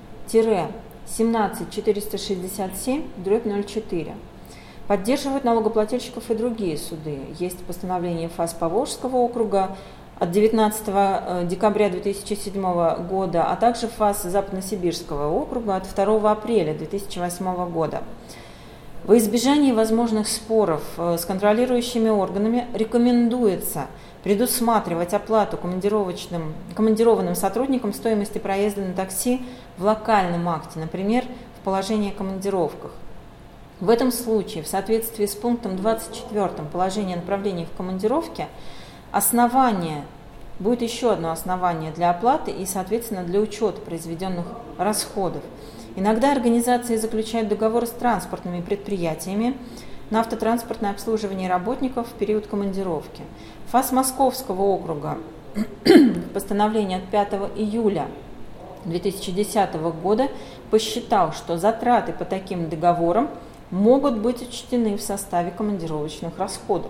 семнадцать четыреста шестьдесят семь дробь ноль четыре. Поддерживают налогоплательщиков и другие суды. Есть постановление ФАС Поволжского округа от девятнадцатого декабря две тысячи седьмого года, а также ФАС Западносибирского округа от второго апреля две тысячи восьмого года. Во избежание возможных споров с контролирующими органами рекомендуется предусматривать оплату командировочным, командированным сотрудникам стоимости проезда на такси в локальном акте, например, в положении о командировках. В этом случае, в соответствии с пунктом двадцать четвёртым положения о направлении в командировке, основание, будет еще одно основание для оплаты и, соответственно, для учета произведенных расходов. Иногда организации заключают договоры с транспортными предприятиями на автотранспортное обслуживание работников в период командировки. ФАС Московского округа в постановлении от пятого июля две тысячи десятого года посчитал, что затраты по таким договорам могут быть учтены в составе командировочных расходов.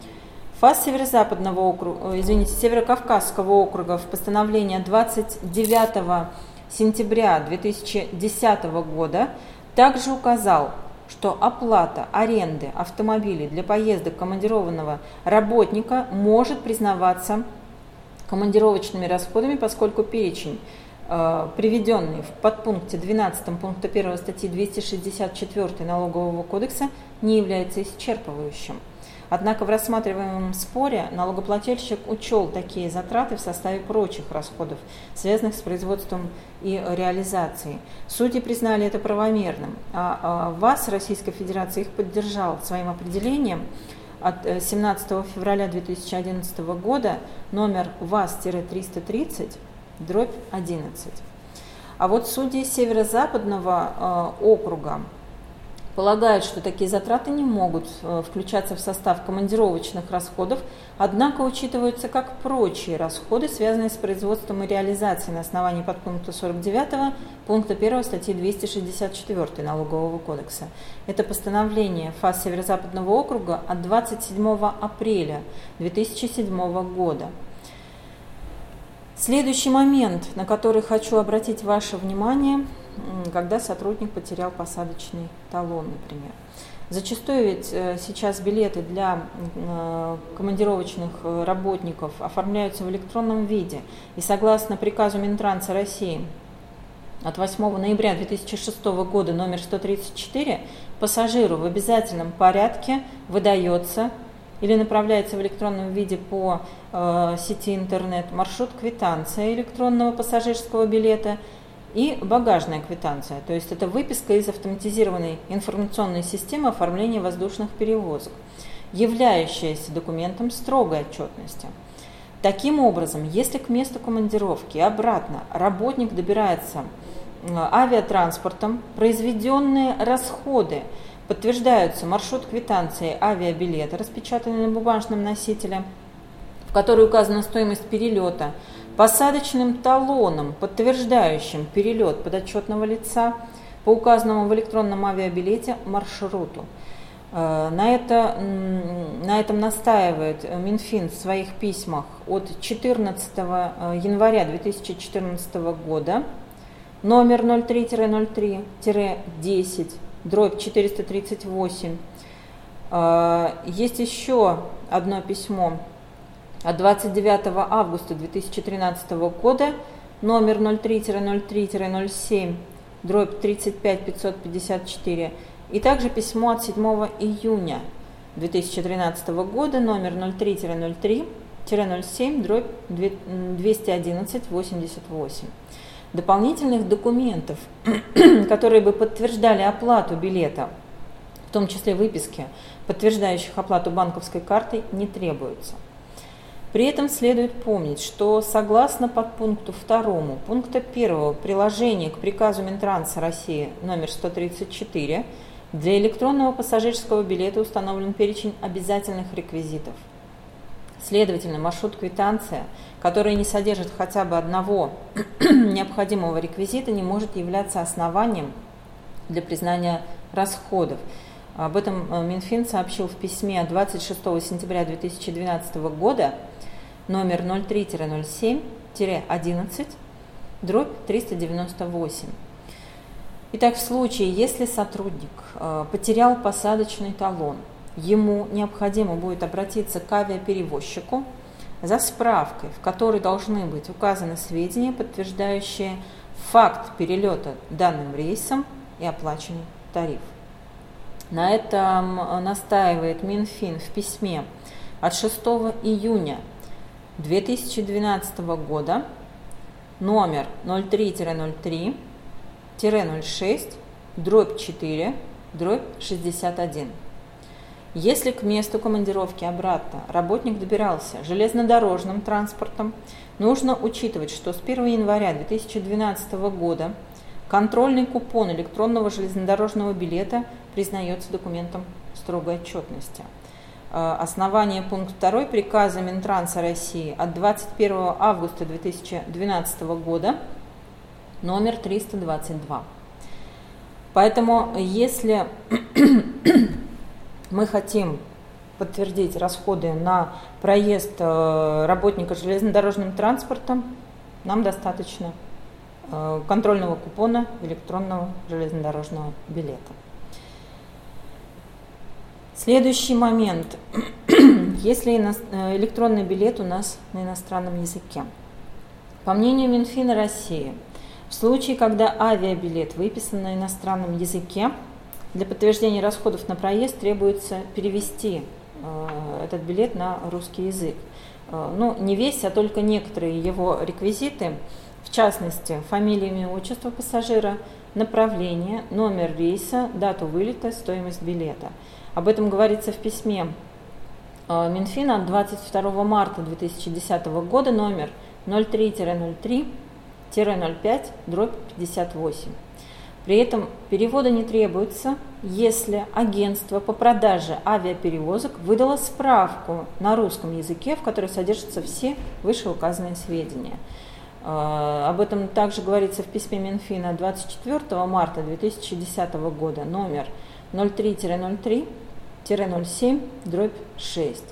ФАС Северо-Западного округа, извините, Северо-Кавказского округа в постановлении двадцать девятого сентября две тысячи десятого года также указал, что оплата аренды автомобилей для поездок командированного работника может признаваться командировочными расходами, поскольку перечень, э, приведенный в подпункте двенадцатом пункта первого статьи двести шестьдесят четыре Налогового кодекса, не является исчерпывающим. Однако в рассматриваемом споре налогоплательщик учел такие затраты в составе прочих расходов, связанных с производством и реализацией. Судьи признали это правомерным, а ВАС Российской Федерации их поддержал своим определением от семнадцатого февраля две тысячи одиннадцатого года номер ВАС триста тридцать дробь одиннадцать. А вот судьи Северо-Западного округа полагают, что такие затраты не могут включаться в состав командировочных расходов, однако учитываются как прочие расходы, связанные с производством и реализацией на основании подпункта сорок девятого пункта первого статьи двести шестьдесят четыре Налогового кодекса. Это постановление ФАС Северо-Западного округа от двадцать седьмого апреля две тысячи седьмого года. Следующий момент, на который хочу обратить ваше внимание, когда сотрудник потерял посадочный талон, например. Зачастую ведь сейчас билеты для командировочных работников оформляются в электронном виде. И согласно приказу Минтранса России от восьмого ноября две тысячи шестого года номер сто тридцать четыре пассажиру в обязательном порядке выдается или направляется в электронном виде по э, сети интернет маршрут-квитанция электронного пассажирского билета и багажная квитанция, то есть это выписка из автоматизированной информационной системы оформления воздушных перевозок, являющаяся документом строгой отчетности. Таким образом, если к месту командировки и обратно работник добирается авиатранспортом, произведенные расходы подтверждаются маршрут-квитанцией авиабилета, распечатанной на бумажном носителе, в которой указана стоимость перелета, посадочным талоном, подтверждающим перелет подотчетного лица по указанному в электронном авиабилете маршруту. На, это, на этом настаивает Минфин в своих письмах от четырнадцатого января две тысячи четырнадцатого года, номер ноль три ноль три десять, дробь четыреста тридцать восемь. Есть еще одно письмо от двадцать девятого августа две тысячи тринадцатого года, номер ноль три ноль три ноль семь, дробь тридцать пять пятьсот пятьдесят четыре, и также письмо от седьмого июня две тысячи тринадцатого года, номер ноль три ноль три ноль семь, дробь двести одиннадцать восемьдесят восемь. Дополнительных документов, которые бы подтверждали оплату билета, в том числе выписки, подтверждающих оплату банковской картой, не требуется. При этом следует помнить, что согласно подпункту второму пункта первого приложения к приказу Минтранса России номер сто тридцать четыре для электронного пассажирского билета установлен перечень обязательных реквизитов. Следовательно, маршрут-квитанция, которая не содержит хотя бы одного необходимого реквизита, не может являться основанием для признания расходов. Об этом Минфин сообщил в письме от двадцать шестого сентября две тысячи двенадцатого года номер ноль три ноль семь одиннадцать, дробь триста девяносто восемь. Итак, в случае, если сотрудник э, потерял посадочный талон, ему необходимо будет обратиться к авиаперевозчику за справкой, в которой должны быть указаны сведения, подтверждающие факт перелета данным рейсом и оплаченный тариф. На этом настаивает Минфин в письме от шестого июня две тысячи двенадцатого года, номер ноль три ноль три ноль шесть, дробь четыре, дробь шестьдесят один. Если к месту командировки обратно работник добирался железнодорожным транспортом, нужно учитывать, что с первого января две тысячи двенадцатого года контрольный купон электронного железнодорожного билета признается документом строгой отчетности. Основание пункт второй приказа Минтранса России от двадцать первого августа две тысячи двенадцатого года, номер триста двадцать два. Поэтому, если мы хотим подтвердить расходы на проезд работника железнодорожным транспортом, нам достаточно контрольного купона электронного железнодорожного билета. Следующий момент. Если электронный билет у нас на иностранном языке. По мнению Минфина России, в случае, когда авиабилет выписан на иностранном языке, для подтверждения расходов на проезд требуется перевести э, этот билет на русский язык. Э, ну, не весь, а только некоторые его реквизиты, в частности, фамилия, имя, отчество пассажира, направление, номер рейса, дату вылета, стоимость билета. Об этом говорится в письме э, Минфина от двадцать второго марта две тысячи десятого года, номер ноль три ноль три ноль пять, дробь пятьдесят восемь. При этом перевода не требуется, если агентство по продаже авиаперевозок выдало справку на русском языке, в которой содержатся все вышеуказанные сведения. Об этом также говорится в письме Минфина двадцать четвёртого марта две тысячи десятого года, номер ноль три ноль три ноль семь, дробь шесть.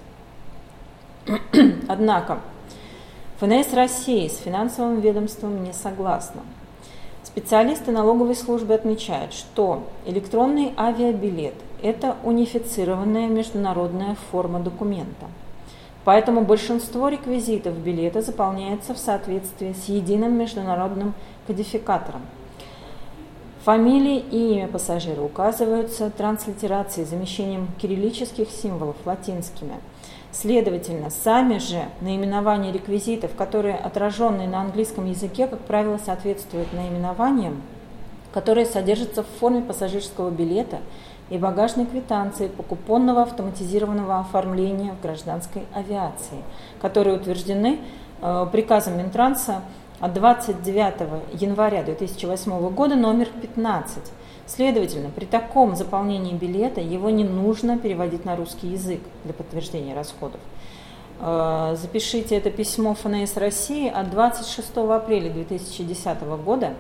Однако ФНС России с финансовым ведомством не согласна. Специалисты налоговой службы отмечают, что электронный авиабилет – это унифицированная международная форма документа. Поэтому большинство реквизитов билета заполняется в соответствии с единым международным кодификатором. Фамилия и имя пассажира указываются транслитерацией, замещением кириллических символов латинскими. Следовательно, сами же наименования реквизитов, которые отраженные на английском языке, как правило, соответствуют наименованиям, которые содержатся в форме пассажирского билета и багажной квитанции по купонного автоматизированного оформления в гражданской авиации, которые утверждены э, приказом Минтранса от двадцать девятого января две тысячи восьмого года номер пятнадцать. Следовательно, при таком заполнении билета его не нужно переводить на русский язык для подтверждения расходов. Э, запишите это письмо эф эн эс России от двадцать шестого апреля две тысячи десятого года,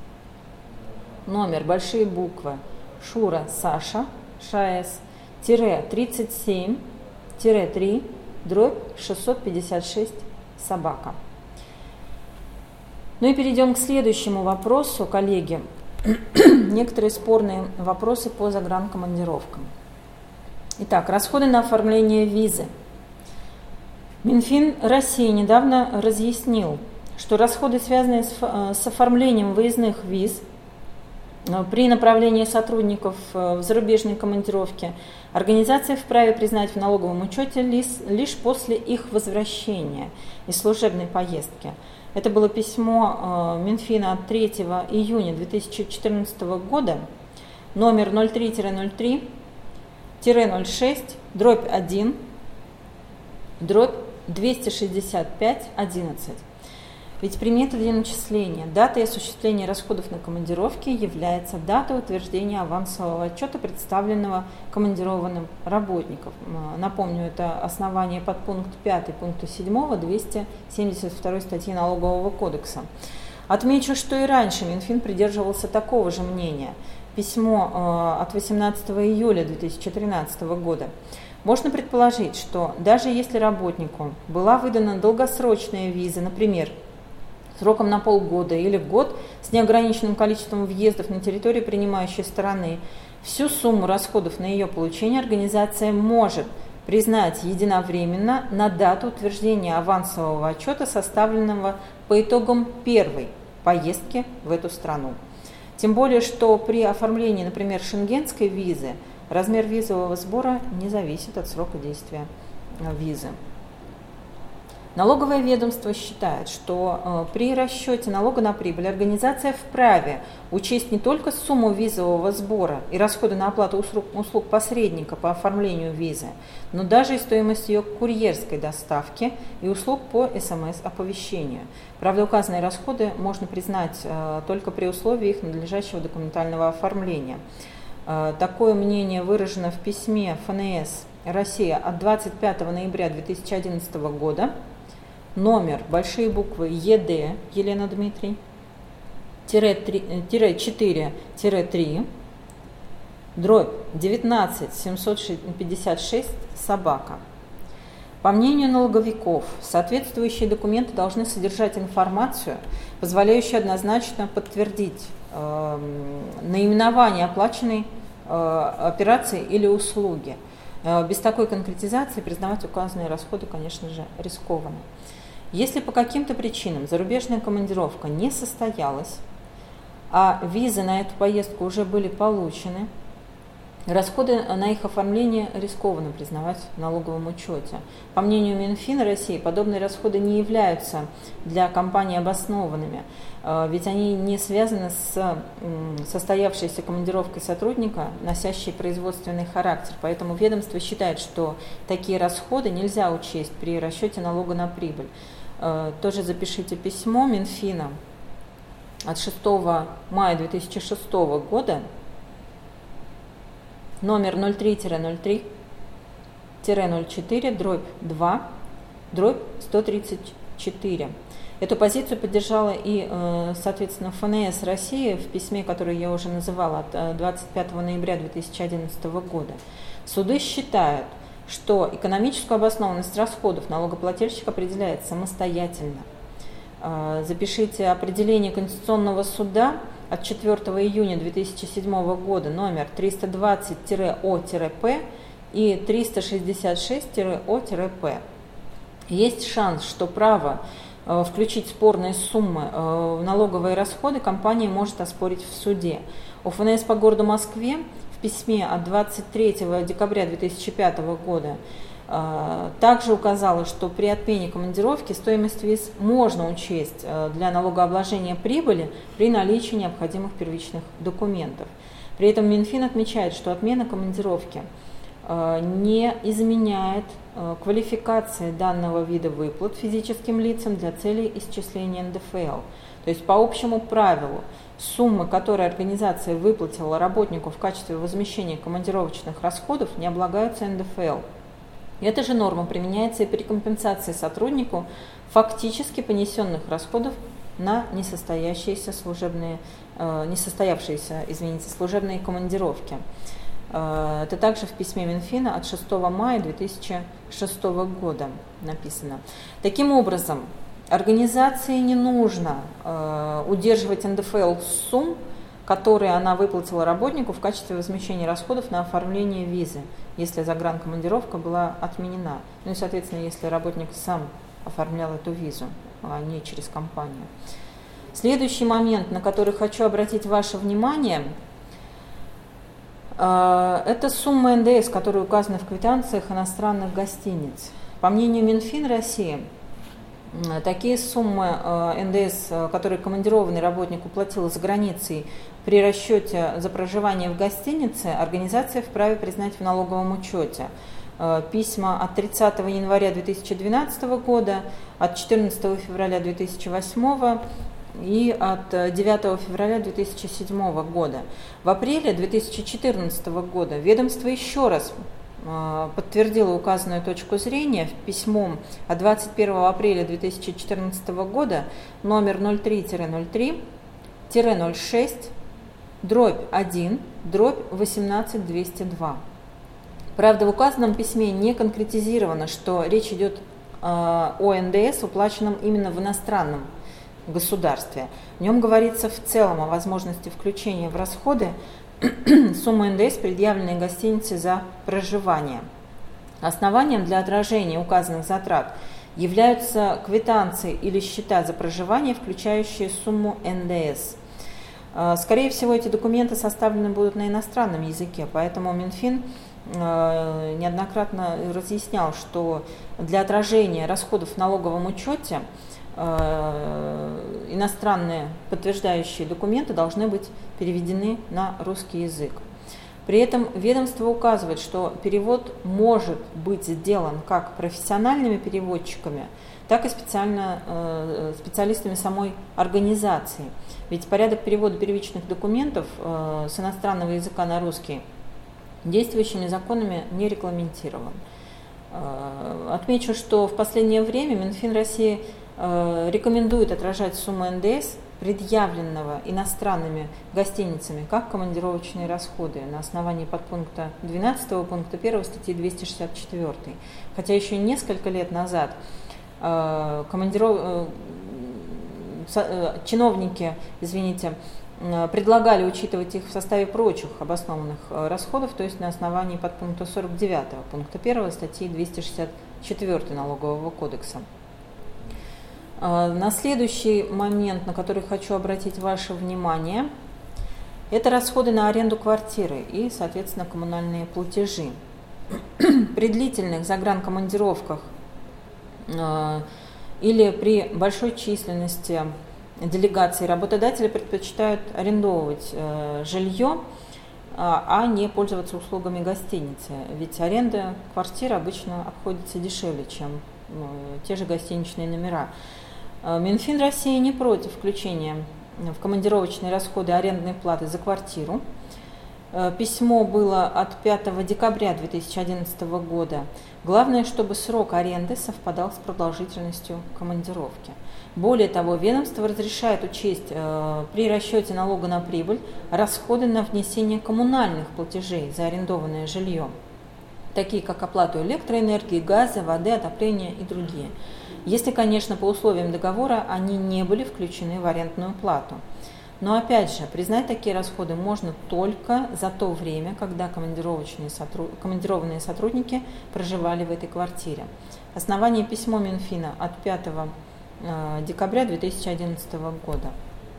номер большие буквы Шура Саша, ШАЭС, тире тридцать семь, тире три, дробь шестьсот пятьдесят шесть, собака. Ну и перейдем к следующему вопросу, коллеги. Некоторые спорные вопросы по загранкомандировкам. Итак, расходы на оформление визы. Минфин России недавно разъяснил, что расходы, связанные с, с оформлением выездных виз при направлении сотрудников в зарубежные командировки, организация вправе признать в налоговом учете лишь, лишь после их возвращения из служебной поездки. Это было письмо э, Минфина от третьего июня две тысячи четырнадцатого года, номер ноль три ноль три ноль шесть, дробь один, дробь двести шестьдесят пять одиннадцать. Ведь при методе начисления датой осуществления расходов на командировки является дата утверждения авансового отчета, представленного командированным работникам. Напомню, это основание подпункт пятый пункта седьмого двести семьдесят второй статьи Налогового кодекса. Отмечу, что и раньше Минфин придерживался такого же мнения. Письмо от восемнадцатого июля две тысячи тринадцатого года. Можно предположить, что даже если работнику была выдана долгосрочная виза, например, сроком на полгода или год с неограниченным количеством въездов на территорию принимающей стороны, всю сумму расходов на ее получение организация может признать единовременно на дату утверждения авансового отчета, составленного по итогам первой поездки в эту страну. Тем более, что при оформлении, например, шенгенской визы размер визового сбора не зависит от срока действия визы. Налоговое ведомство считает, что э, при расчете налога на прибыль организация вправе учесть не только сумму визового сбора и расходы на оплату услуг, услуг посредника по оформлению визы, но даже и стоимость ее курьерской доставки и услуг по эс эм эс-оповещению. Правда, указанные расходы можно признать э, только при условии их надлежащего документального оформления. Э, такое мнение выражено в письме эф эн эс Россия от двадцать пятого ноября две тысячи одиннадцатого года, номер большие буквы е дэ Елена Дмитрий, четыре три, дробь девятнадцать семьсот пятьдесят шесть, собака. По мнению налоговиков, соответствующие документы должны содержать информацию, позволяющую однозначно подтвердить э, наименование оплаченной э, операции или услуги. Э, без такой конкретизации признавать указанные расходы, конечно же, рискованно. Если по каким-то причинам зарубежная командировка не состоялась, а визы на эту поездку уже были получены, расходы на их оформление рискованно признавать в налоговом учете. По мнению Минфина России, подобные расходы не являются для компании обоснованными, ведь они не связаны с состоявшейся командировкой сотрудника, носящей производственный характер. Поэтому ведомство считает, что такие расходы нельзя учесть при расчете налога на прибыль. Тоже запишите письмо Минфина от шестого мая две тысячи шестого года, номер ноль три ноль три ноль четыре, дробь два, дробь сто тридцать четыре. Эту позицию поддержала и, соответственно, эф эн эс России в письме, которое я уже называла, от двадцать пятого ноября две тысячи одиннадцатого года. Суды считают, что экономическую обоснованность расходов налогоплательщик определяет самостоятельно. Запишите определение Конституционного суда от четвёртого июня две тысячи седьмого года номер триста двадцать О П и триста шестьдесят шесть О П. Есть шанс, что право включить спорные суммы в налоговые расходы компания может оспорить в суде. Эф Эн Эс по городу Москве в письме от двадцать третьего декабря две тысячи пятого года также указала, что при отмене командировки стоимость виз можно учесть для налогообложения прибыли при наличии необходимых первичных документов. При этом Минфин отмечает, что отмена командировки не изменяет квалификации данного вида выплат физическим лицам для целей исчисления Эн Дэ Эф Эл. То есть по общему правилу суммы, которые организация выплатила работнику в качестве возмещения командировочных расходов, не облагаются Эн Дэ Эф Эл. Эта же норма применяется и при компенсации сотруднику фактически понесенных расходов на несостоявшиеся служебные, э, несостоявшиеся, извините, служебные командировки. Э, это также в письме Минфина от шестого мая две тысячи шестого года написано. Таким образом, организации не нужно э, удерживать Эн Дэ Эф Эл сумм, которые она выплатила работнику в качестве возмещения расходов на оформление визы, если загранкомандировка была отменена. Ну и, соответственно, если работник сам оформлял эту визу, а не через компанию. Следующий момент, на который хочу обратить ваше внимание, это сумма Эн Дэ Эс, которые указаны в квитанциях иностранных гостиниц. По мнению Минфин России, такие суммы Эн Дэ Эс, которые командированный работник уплатил за границей при расчете за проживание в гостинице, организация вправе признать в налоговом учете. Письма от тридцатого января две тысячи двенадцатого года, от четырнадцатого февраля две тысячи восьмого и от девятого февраля две тысячи седьмого года. В апреле две тысячи четырнадцатого года ведомство еще раз подтвердила указанную точку зрения письмом от двадцать первого апреля две тысячи четырнадцатого года номер ноль три ноль три ноль шесть дробь один дробь восемнадцать двести два. Правда, в указанном письме не конкретизировано, что речь идет о Эн Дэ Эс, уплаченном именно в иностранном государстве. В нем говорится в целом о возможности включения в расходы суммы Эн Дэ Эс, предъявленной гостинице за проживание. Основанием для отражения указанных затрат являются квитанции или счета за проживание, включающие сумму Эн Дэ Эс. Скорее всего, эти документы составлены будут на иностранном языке, поэтому Минфин неоднократно разъяснял, что для отражения расходов в налоговом учете иностранные подтверждающие документы должны быть переведены на русский язык. При этом ведомство указывает, что перевод может быть сделан как профессиональными переводчиками, так и специально, э, специалистами самой организации. Ведь порядок перевода первичных документов э, с иностранного языка на русский действующими законами не регламентирован. Э, отмечу, что в последнее время Минфин России э, рекомендует отражать сумму Эн Дэ Эс, предъявленного иностранными гостиницами, как командировочные расходы на основании подпункта двенадцатого пункта первого статьи двести шестьдесят четыре. Хотя еще несколько лет назад э, командиров... э, э, чиновники, извините, э, предлагали учитывать их в составе прочих обоснованных э, расходов, то есть на основании подпункта сорок девятого пункта первого статьи двести шестьдесят четыре Налогового кодекса. На следующий момент, на который хочу обратить ваше внимание, это расходы на аренду квартиры и, соответственно, коммунальные платежи. При длительных загранкомандировках э, или при большой численности делегаций работодатели предпочитают арендовывать э, жилье, а не пользоваться услугами гостиницы. Ведь аренда квартиры обычно обходится дешевле, чем э, те же гостиничные номера. Минфин России не против включения в командировочные расходы арендной платы за квартиру. Письмо было от пятого декабря две тысячи одиннадцатого года. Главное, чтобы срок аренды совпадал с продолжительностью командировки. Более того, ведомство разрешает учесть э, при расчете налога на прибыль расходы на внесение коммунальных платежей за арендованное жилье. такие как оплату электроэнергии, газа, воды, отопления и другие. Если, конечно, по условиям договора они не были включены в арендную плату. Но опять же, признать такие расходы можно только за то время, когда командировочные сотруд... командированные сотрудники проживали в этой квартире. Основание письмо Минфина от пятого декабря две тысячи одиннадцатого года.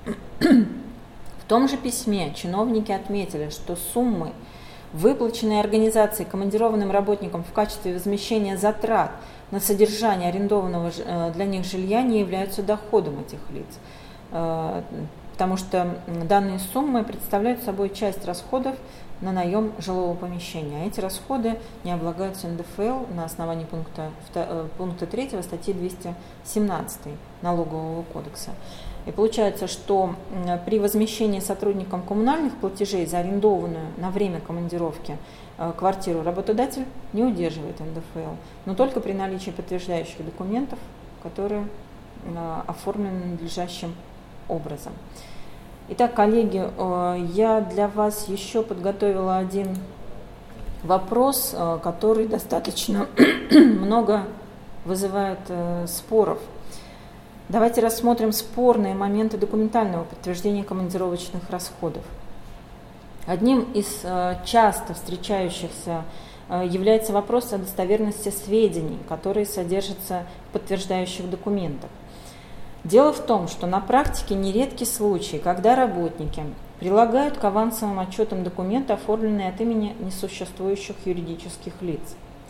В том же письме чиновники отметили, что суммы, выплаченные организацией командированным работникам в качестве возмещения затрат на содержание арендованного для них жилья, не являются доходом этих лиц, потому что данные суммы представляют собой часть расходов на наем жилого помещения. А эти расходы не облагаются эн дэ эф эл на основании пункта, пункта третьего статьи двести семнадцать Налогового кодекса. И получается, что при возмещении сотрудникам коммунальных платежей за арендованную на время командировки квартиру работодатель не удерживает эн дэ эф эл, но только при наличии подтверждающих документов, которые оформлены надлежащим образом. Итак, коллеги, я для вас еще подготовила один вопрос, который достаточно много вызывает споров. Давайте рассмотрим спорные моменты документального подтверждения командировочных расходов. Одним из часто встречающихся является вопрос о достоверности сведений, которые содержатся в подтверждающих документах. Дело в том, что на практике нередки случаи, когда работники прилагают к авансовым отчетам документы, оформленные от имени несуществующих юридических лиц.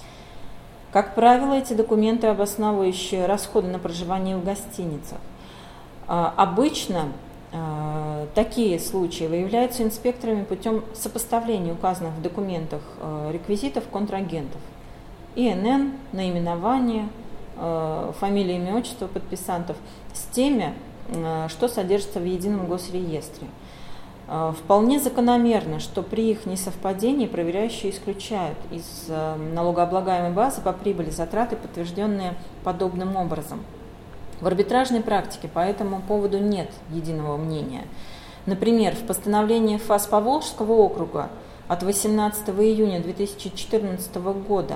Как правило, эти документы, обосновывающие расходы на проживание в гостиницах. Обычно такие случаи выявляются инспекторами путем сопоставления указанных в документах реквизитов контрагентов: и эн эн, наименование, фамилия, имя, отчество подписантов с теми, что содержится в едином госреестре. Вполне закономерно, что при их несовпадении проверяющие исключают из налогооблагаемой базы по прибыли затраты, подтвержденные подобным образом. В арбитражной практике по этому поводу нет единого мнения. Например, в постановлении ФАС Поволжского округа от восемнадцатого июня две тысячи четырнадцатого года,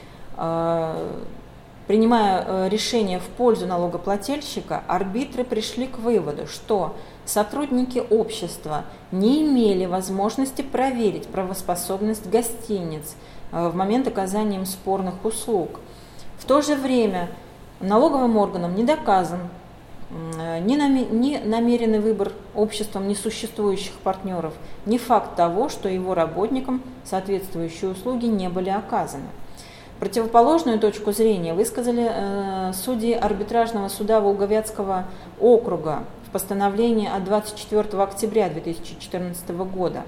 принимая решение в пользу налогоплательщика, арбитры пришли к выводу, что сотрудники общества не имели возможности проверить правоспособность гостиниц в момент оказания им спорных услуг. В то же время налоговым органам не доказан ни намеренный выбор обществом несуществующих партнеров, ни факт того, что его работникам соответствующие услуги не были оказаны. Противоположную точку зрения высказали э, судьи арбитражного суда Волговятского округа в постановлении от двадцать четвёртого октября две тысячи четырнадцатого года.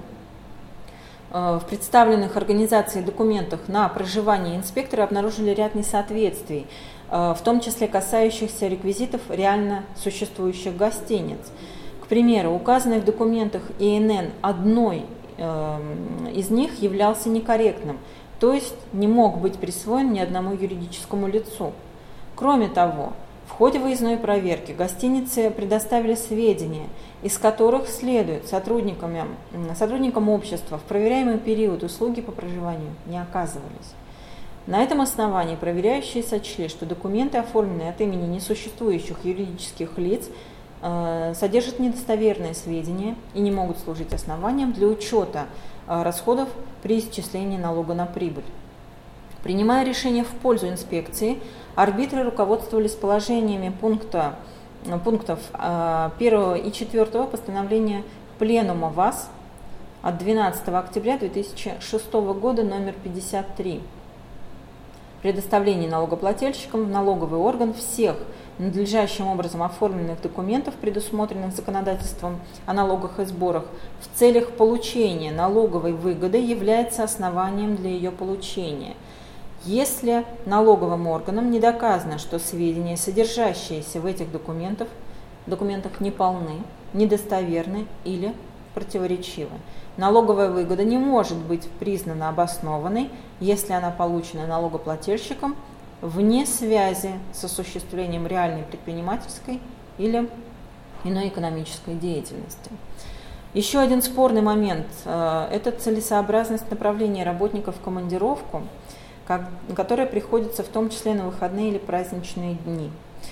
Э, в представленных организацией документах на проживание инспекторы обнаружили ряд несоответствий, э, в том числе касающихся реквизитов реально существующих гостиниц. К примеру, указанный в документах и эн эн одной э, из них являлся некорректным, то есть не мог быть присвоен ни одному юридическому лицу. Кроме того, в ходе выездной проверки гостиницы предоставили сведения, из которых следует, сотрудникам, сотрудникам общества в проверяемый период услуги по проживанию не оказывались. На этом основании проверяющие сочли, что документы, оформленные от имени несуществующих юридических лиц, содержат недостоверные сведения и не могут служить основанием для учета расходов при исчислении налога на прибыль. Принимая решение в пользу инспекции, арбитры руководствовались положениями пункта, пунктов первого и четвёртого постановления Пленума ВАС от двенадцатого октября две тысячи шестого года номер пятьдесят три. Предоставление налогоплательщикам в налоговый орган всех надлежащим образом оформленных документов, предусмотренных законодательством о налогах и сборах, в целях получения налоговой выгоды является основанием для ее получения. Если налоговым органам не доказано, что сведения, содержащиеся в этих документах, документах неполны, недостоверны или противоречивы. Налоговая выгода не может быть признана обоснованной, если она получена налогоплательщиком вне связи с осуществлением реальной предпринимательской или иной экономической деятельности. Еще один спорный момент – это целесообразность направления работников в командировку которая приходится в том числе на выходные или праздничные дни.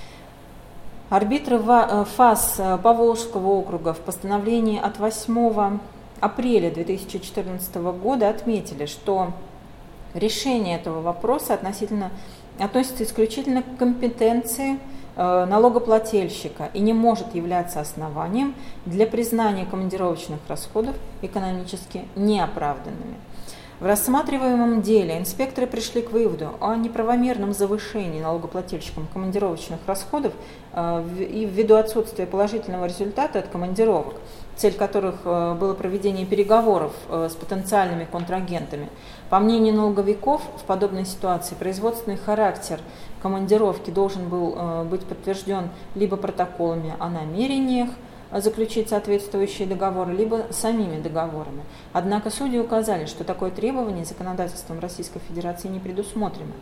Арбитры ФАС Поволжского округа в постановлении от восьмого апреля две тысячи четырнадцатого года отметили, что решение этого вопроса относительно, относится исключительно к компетенции налогоплательщика и не может являться основанием для признания командировочных расходов экономически неоправданными. В рассматриваемом деле инспекторы пришли к выводу о неправомерном завышении налогоплательщикам командировочных расходов и ввиду отсутствия положительного результата от командировок, цель которых было проведение переговоров с потенциальными контрагентами. По мнению налоговиков, в подобной ситуации производственный характер командировки должен был быть подтвержден либо протоколами о намерениях заключить соответствующие договоры, либо самими договорами. Однако судьи указали, что такое требование законодательством Российской Федерации не предусмотрено.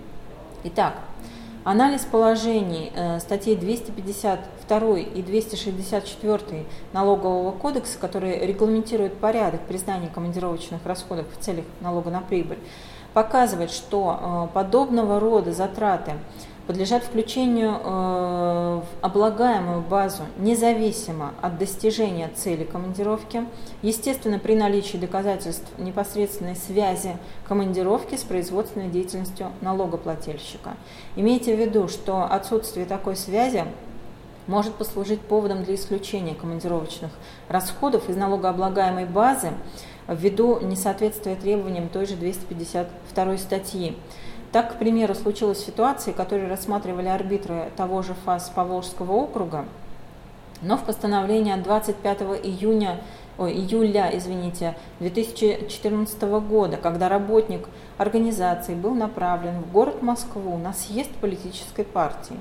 Итак, анализ положений э, статей двести пятьдесят два и двести шестьдесят четыре Налогового кодекса, которые регламентируют порядок признания командировочных расходов в целях налога на прибыль, показывает, что э, подобного рода затраты подлежат включению э, в облагаемую базу независимо от достижения цели командировки, естественно, при наличии доказательств непосредственной связи командировки с производственной деятельностью налогоплательщика. Имейте в виду, что отсутствие такой связи может послужить поводом для исключения командировочных расходов из налогооблагаемой базы ввиду несоответствия требованиям той же двести пятьдесят второй статьи. Так, к примеру, случилась ситуация, которую рассматривали арбитры того же ФАС Поволжского округа, но в постановлении от двадцать пятого июня, ой, июля извините, две тысячи четырнадцатого года, когда работник организации был направлен в город Москву на съезд политической партии.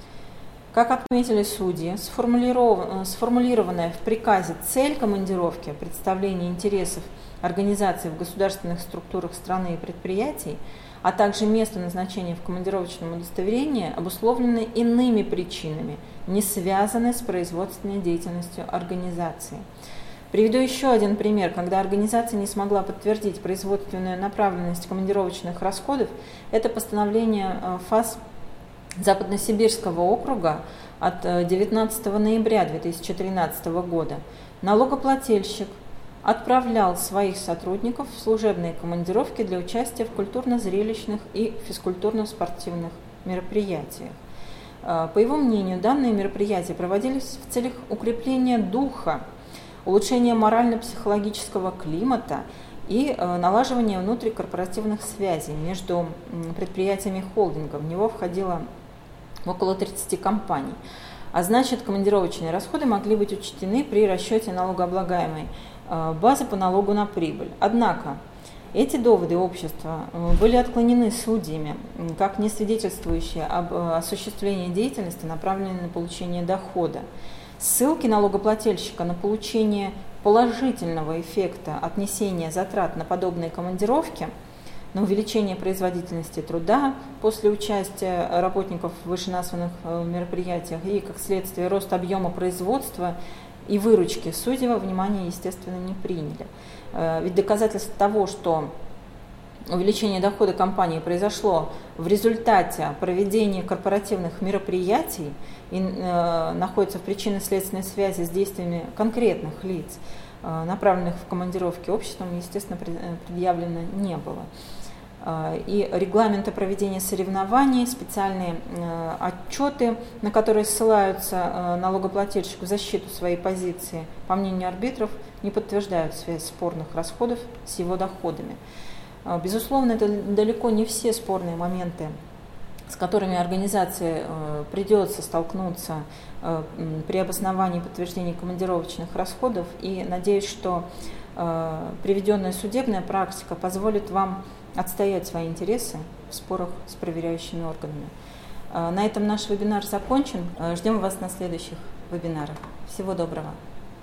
Как отметили судьи, сформулированная в приказе цель командировки, представление интересов организаций в государственных структурах страны и предприятий, а также место назначения в командировочном удостоверении обусловлены иными причинами, не связаны с производственной деятельностью организации. Приведу еще один пример, когда организация не смогла подтвердить производственную направленность командировочных расходов. Это постановление ФАС Западносибирского округа от девятнадцатого ноября две тысячи тринадцатого года. Налогоплательщик отправлял своих сотрудников в служебные командировки для участия в культурно-зрелищных и физкультурно-спортивных мероприятиях. По его мнению, данные мероприятия проводились в целях укрепления духа, улучшения морально-психологического климата и налаживания внутрикорпоративных связей между предприятиями холдинга. В него входило около тридцати компаний. А значит, командировочные расходы могли быть учтены при расчете налогооблагаемой базы по налогу на прибыль. Однако эти доводы общества были отклонены судьями, как не свидетельствующие об осуществлении деятельности, направленной на получение дохода. Ссылки налогоплательщика на получение положительного эффекта от несения затрат на подобные командировки, на увеличение производительности труда после участия работников в вышеназванных мероприятиях и, как следствие, рост объема производства и выручки судьи во внимание, естественно, не приняли. Ведь доказательство того, что увеличение дохода компании произошло в результате проведения корпоративных мероприятий и э, находится в причинно-следственной связи с действиями конкретных лиц, э, направленных в командировки обществом, естественно, предъявлено не было. И регламенты проведения соревнований, специальные э, отчеты, на которые ссылаются э, налогоплательщик в защиту своей позиции, по мнению арбитров, не подтверждают связь спорных расходов с его доходами. Э, безусловно, это далеко не все спорные моменты, с которыми организации э, придется столкнуться э, при обосновании подтверждения командировочных расходов, и надеюсь, что э, приведенная судебная практика позволит вам отстоять свои интересы в спорах с проверяющими органами. На этом наш вебинар закончен. Ждем вас на следующих вебинарах. Всего доброго.